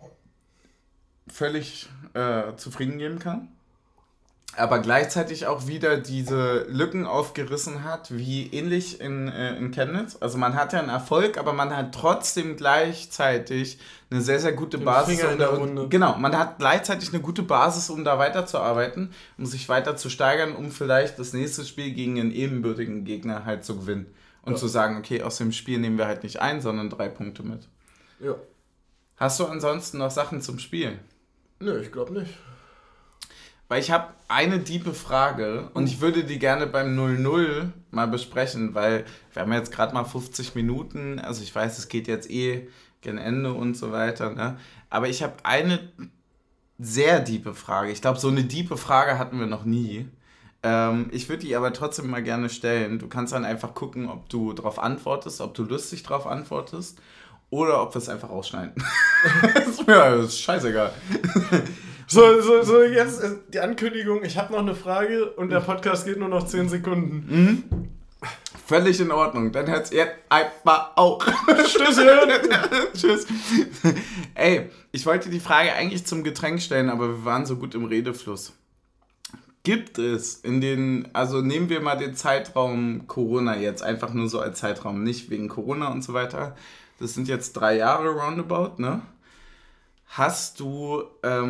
völlig zufrieden geben kann. Aber gleichzeitig auch wieder diese Lücken aufgerissen hat, wie ähnlich in Chemnitz. Also man hat ja einen Erfolg, aber man hat trotzdem gleichzeitig eine sehr, sehr gute Basis. Genau, man hat gleichzeitig eine gute Basis, um da weiterzuarbeiten, um sich weiter zu steigern, um vielleicht das nächste Spiel gegen einen ebenbürtigen Gegner halt zu gewinnen. Und zu sagen, okay, aus dem Spiel nehmen wir halt nicht ein, sondern 3 Punkte mit. Ja. Hast du ansonsten noch Sachen zum Spiel? Nö, ich glaube nicht. Weil ich habe eine tiefe Frage und ich würde die gerne beim 0-0 mal besprechen, weil wir haben jetzt gerade mal 50 Minuten, also ich weiß, es geht jetzt gegen Ende und so weiter, ne? Aber ich habe eine sehr tiefe Frage. Ich glaube, so eine tiefe Frage hatten wir noch nie. Ich würde die aber trotzdem mal gerne stellen. Du kannst dann einfach gucken, ob du darauf antwortest, ob du lustig darauf antwortest oder ob wir es einfach ausschneiden. Das ist scheißegal. So, jetzt die Ankündigung, ich habe noch eine Frage und der Podcast geht nur noch 10 Sekunden. Mhm. Völlig in Ordnung, dann hört's jetzt einfach auch. Tschüss. Tschüss. Ey, ich wollte die Frage eigentlich zum Getränk stellen, aber wir waren so gut im Redefluss. Gibt es also nehmen wir mal den Zeitraum Corona jetzt, einfach nur so als Zeitraum, nicht wegen Corona und so weiter. Das sind jetzt 3 Jahre roundabout, ne? Hast du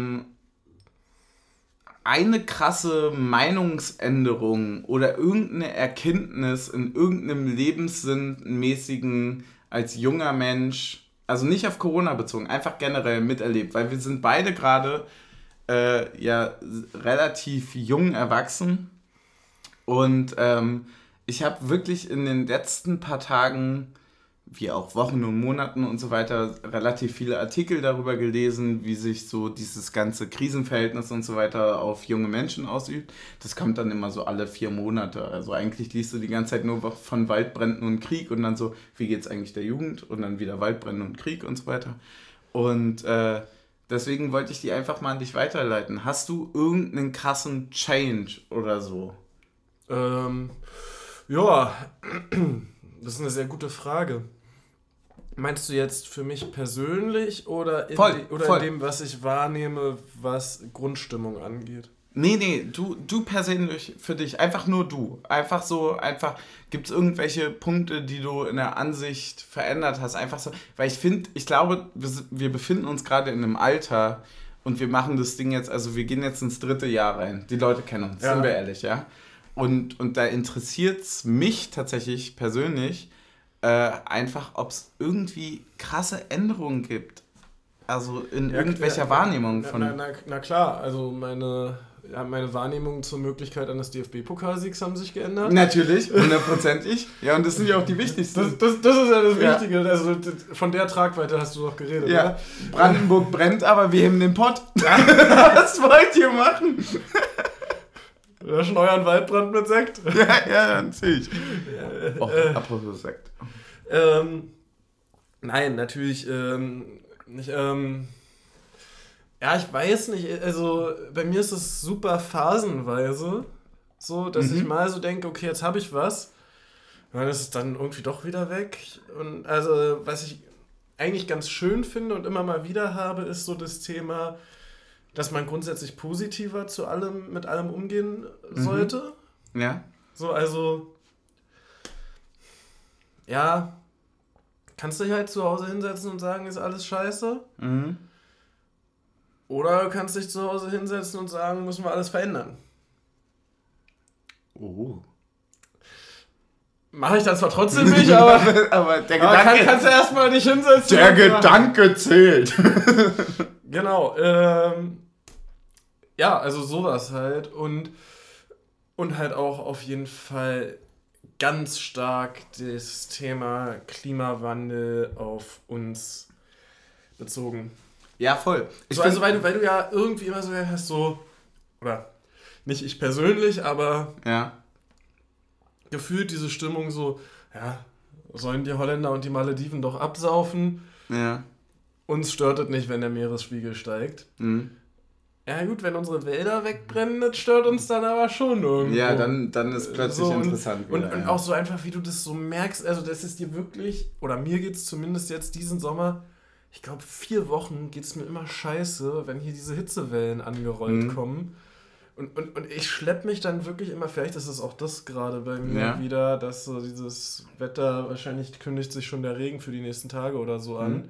eine krasse Meinungsänderung oder irgendeine Erkenntnis in irgendeinem lebenssinnmäßigen als junger Mensch, also nicht auf Corona bezogen, einfach generell miterlebt, weil wir sind beide gerade relativ jung erwachsen und ich habe wirklich in den letzten paar Tagen, wie auch Wochen und Monaten und so weiter, relativ viele Artikel darüber gelesen, wie sich so dieses ganze Krisenverhältnis und so weiter auf junge Menschen ausübt. Das kommt dann immer so alle 4 Monate. Also eigentlich liest du die ganze Zeit nur von Waldbränden und Krieg und dann so, wie geht's eigentlich der Jugend? Und dann wieder Waldbrände und Krieg und so weiter. Und deswegen wollte ich die einfach mal an dich weiterleiten. Hast du irgendeinen krassen Change oder so? Ja, das ist eine sehr gute Frage. Meinst du jetzt für mich persönlich oder in dem, was ich wahrnehme, was Grundstimmung angeht? Nee, du persönlich für dich, einfach nur du. Gibt es irgendwelche Punkte, die du in der Ansicht verändert hast? Einfach so, weil ich glaube, wir befinden uns gerade in einem Alter und wir machen das Ding jetzt, also wir gehen jetzt ins 3. Jahr rein. Die Leute kennen uns, sind wir ehrlich, ja? Und da interessiert es mich tatsächlich persönlich, einfach, ob es irgendwie krasse Änderungen gibt. Also in irgendwelcher Wahrnehmung von... Na klar, also meine Wahrnehmungen zur Möglichkeit eines DFB-Pokalsiegs haben sich geändert. Natürlich, 100%ig. Ja, und das sind ja auch die wichtigsten. Das ist ja das Wichtige. Also von der Tragweite hast du doch geredet, oder? Brandenburg brennt, aber wir heben den Pott. Was wollt ihr machen? Löschen euren Waldbrand mit Sekt? Ja, dann zieh ich. Apropos Sekt. Nein, natürlich nicht. Ja, ich weiß nicht. Also bei mir ist es super phasenweise so, dass ich mal so denke, okay, jetzt habe ich was. Und dann ist es dann irgendwie doch wieder weg. Und also, was ich eigentlich ganz schön finde und immer mal wieder habe, ist so das Thema, dass man grundsätzlich positiver mit allem umgehen sollte. Ja. So, also, ja, kannst dich halt zu Hause hinsetzen und sagen, ist alles scheiße. Mhm. Oder kannst dich zu Hause hinsetzen und sagen, müssen wir alles verändern. Oh. Mache ich dann zwar trotzdem nicht, aber der Gedanke... kannst du erstmal nicht hinsetzen. Der Gedanke zählt. Genau. Ja, also sowas halt. Und halt auch auf jeden Fall ganz stark das Thema Klimawandel auf uns bezogen. Ja, voll. Weil du ja irgendwie immer so hast, so, oder nicht ich persönlich, aber gefühlt diese Stimmung so, ja, sollen die Holländer und die Malediven doch absaufen. Ja. Uns stört es nicht, wenn der Meeresspiegel steigt. Mhm. Ja gut, wenn unsere Wälder wegbrennen, das stört uns dann aber schon irgendwo. Ja, dann ist plötzlich so, interessant. Und auch so einfach, wie du das so merkst, also das ist dir wirklich, oder mir geht es zumindest jetzt diesen Sommer, ich glaube 4 Wochen geht es mir immer scheiße, wenn hier diese Hitzewellen angerollt kommen. Und ich schleppe mich dann wirklich immer, vielleicht ist es auch das gerade bei mir wieder, dass so dieses Wetter, wahrscheinlich kündigt sich schon der Regen für die nächsten Tage oder so an.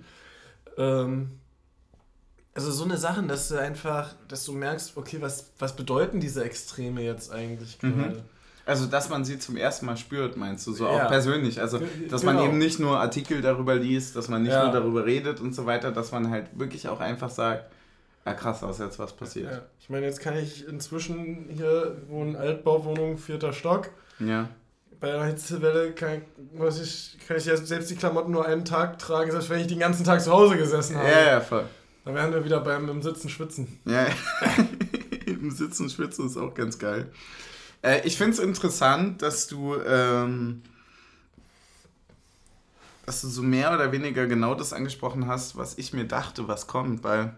Also so eine Sache, dass du merkst, okay, was bedeuten diese Extreme jetzt eigentlich gerade? Also, dass man sie zum ersten Mal spürt, meinst du, so auch persönlich. Also, dass man eben nicht nur Artikel darüber liest, dass man nicht nur darüber redet und so weiter, dass man halt wirklich auch einfach sagt, ja krass, da ist jetzt was passiert. Ja. Ich meine, jetzt kann ich inzwischen hier wohnen, Altbauwohnung, 4. Stock. Ja. Bei einer Hitzewelle kann ich jetzt selbst die Klamotten nur einen Tag tragen, selbst wenn ich den ganzen Tag zu Hause gesessen habe. Ja, voll. Dann wären wir wieder im Sitzen schwitzen. Ja, im Sitzen schwitzen ist auch ganz geil. Ich finde es interessant, dass du so mehr oder weniger genau das angesprochen hast, was ich mir dachte, was kommt, weil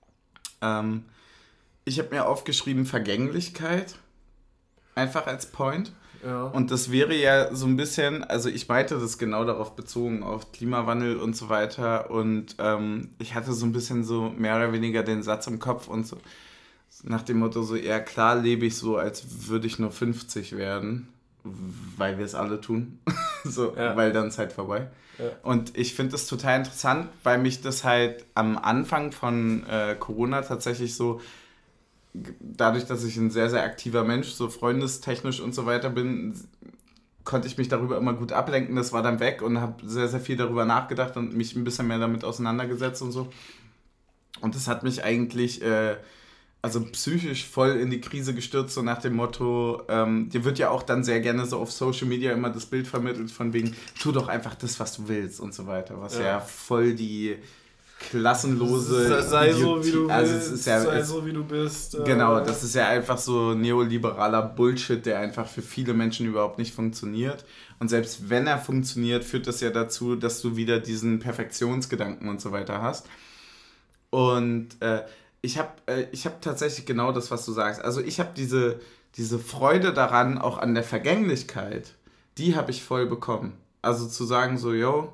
ich habe mir aufgeschrieben Vergänglichkeit, einfach als Point. Ja. Und das wäre ja so ein bisschen, also ich meinte das genau darauf bezogen, auf Klimawandel und so weiter. Und ich hatte so ein bisschen so mehr oder weniger den Satz im Kopf und so nach dem Motto so, ja klar lebe ich so, als würde ich nur 50 werden, weil wir es alle tun. So, Ja. weil dann ist halt vorbei. Ja. Und ich finde das total interessant, weil mich das halt am Anfang von Corona tatsächlich so, dadurch, dass ich ein sehr, sehr aktiver Mensch, so freundestechnisch und so weiter bin, konnte ich mich darüber immer gut ablenken. Das war dann weg und habe sehr, sehr viel darüber nachgedacht und mich ein bisschen mehr damit auseinandergesetzt und so. Und das hat mich eigentlich also psychisch voll in die Krise gestürzt, so nach dem Motto, dir wird ja auch dann sehr gerne so auf Social Media immer das Bild vermittelt von wegen, tu doch einfach das, was du willst und so weiter, was ja voll die klassenlose... Sei so, wie du also willst, es ist ja, sei so, wie du bist. Genau, das ist ja einfach so neoliberaler Bullshit, der einfach für viele Menschen überhaupt nicht funktioniert. Und selbst wenn er funktioniert, führt das ja dazu, dass du wieder diesen Perfektionsgedanken und so weiter hast. Und ich hab tatsächlich genau das, was du sagst. Also ich habe diese Freude daran, auch an der Vergänglichkeit, die habe ich voll bekommen. Also zu sagen so, yo,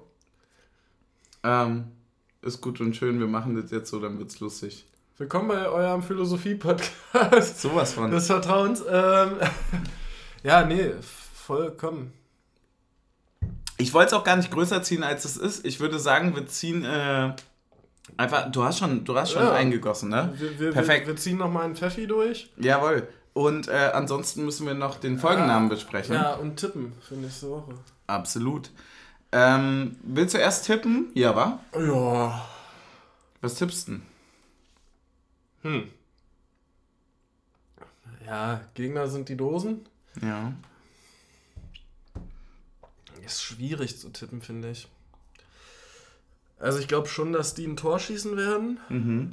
ist gut und schön, wir machen das jetzt so, dann wird's lustig. Willkommen bei eurem Philosophie-Podcast. Sowas von. Des Vertrauens. Ja, nee, vollkommen. Ich wollte es auch gar nicht größer ziehen, als es ist. Ich würde sagen, wir ziehen einfach, du hast schon eingegossen, ne? Perfekt. Wir ziehen nochmal einen Pfeffi durch. Jawohl. Und ansonsten müssen wir noch den Folgennamen besprechen. Ja, und tippen für nächste Woche. Absolut. Willst du erst tippen? Ja, wa? Ja. Was tippst du denn? Ja, Gegner sind die Dosen. Ja. Ist schwierig zu tippen, finde ich. Also ich glaube schon, dass die ein Tor schießen werden. Mhm.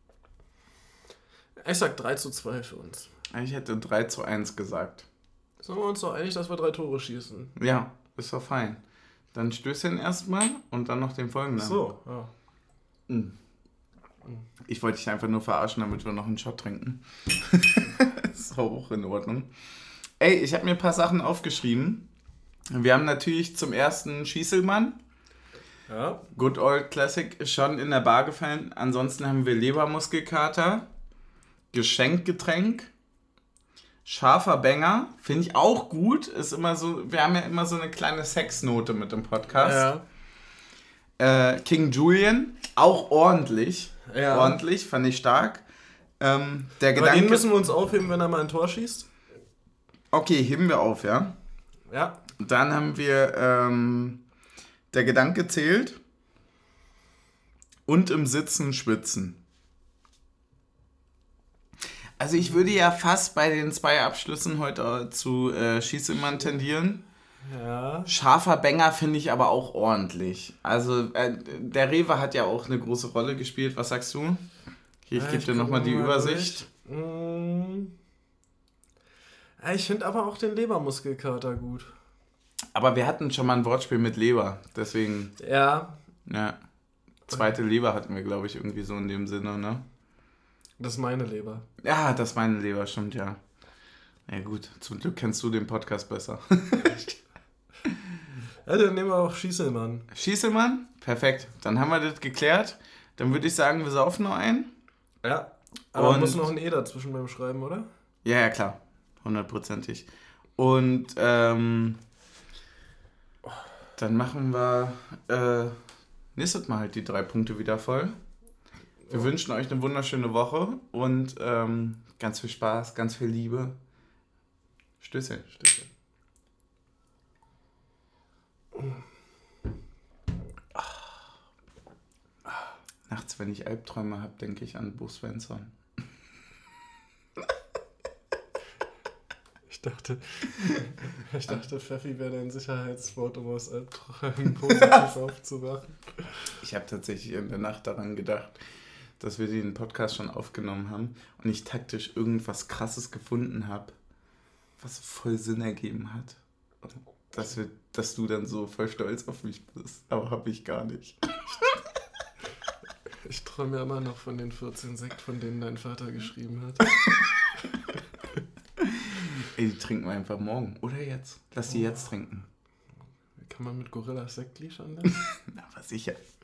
Ich sag 3:2 für uns. Ich hätte 3:1 gesagt. Sind wir uns doch einig, dass wir 3 Tore schießen? Ja, ist doch fein. Dann Stößchen erstmal und dann noch den Folgennamen. So, ja. Ich wollte dich einfach nur verarschen, damit wir noch einen Shot trinken. Ist auch in Ordnung. Ey, ich habe mir ein paar Sachen aufgeschrieben. Wir haben natürlich zum ersten Schießelmann. Ja. Good Old Classic ist schon in der Bar gefallen. Ansonsten haben wir Lebermuskelkater, Geschenkgetränk, scharfer Banger, finde ich auch gut. Ist immer so, wir haben ja immer so eine kleine Sexnote mit dem Podcast. Ja. King Julian, auch ordentlich. Ja. Ordentlich, fand ich stark. Der Aber Gedanke. den müssen wir uns aufheben, wenn er mal ein Tor schießt. Okay, heben wir auf, ja. Ja. Dann haben wir der Gedanke zählt und im Sitzen schwitzen. Also ich würde ja fast bei den 2 Abschlüssen heute zu Schießemann tendieren. Ja. Scharfer Banger finde ich aber auch ordentlich. Also der Rewe hat ja auch eine große Rolle gespielt. Was sagst du? Hier, ich gebe dir nochmal die Übersicht. Ich finde aber auch den Lebermuskelkater gut. Aber wir hatten schon mal ein Wortspiel mit Leber. Deswegen, Ja. ja. Zweite Leber hatten wir, glaube ich, irgendwie so in dem Sinne, ne? Das ist meine Leber. Ja, das meine Leber, stimmt, ja. Ja gut, zum Glück kennst du den Podcast besser. Ja, dann nehmen wir auch Schießelmann. Schießelmann? Perfekt. Dann haben wir das geklärt. Dann würde ich sagen, wir saufen noch ein. Ja. Aber Und muss noch ein E dazwischen beim Schreiben, oder? Ja, ja, klar. 100%ig. Und dann machen wir nächstes Mal halt die 3 Punkte wieder voll. Wir wünschen euch eine wunderschöne Woche und ganz viel Spaß, ganz viel Liebe. Stößchen. Stimmt. Nachts, wenn ich Albträume habe, denke ich an Bo Svensson. Ich dachte, Pfeffi wäre dein Sicherheitswort, um aus Albträumen positiv aufzuwachen. Ich habe tatsächlich in der Nacht daran gedacht, dass wir den Podcast schon aufgenommen haben und ich taktisch irgendwas Krasses gefunden habe, was voll Sinn ergeben hat. Und dass du dann so voll stolz auf mich bist. Aber hab ich gar nicht. Ich träume ja immer noch von den 14 Sekt, von denen dein Vater geschrieben hat. Ey, die trinken wir einfach morgen. Oder jetzt. Lass die jetzt trinken. Kann man mit Gorillas Sekt liefern denn? Na, aber sicher.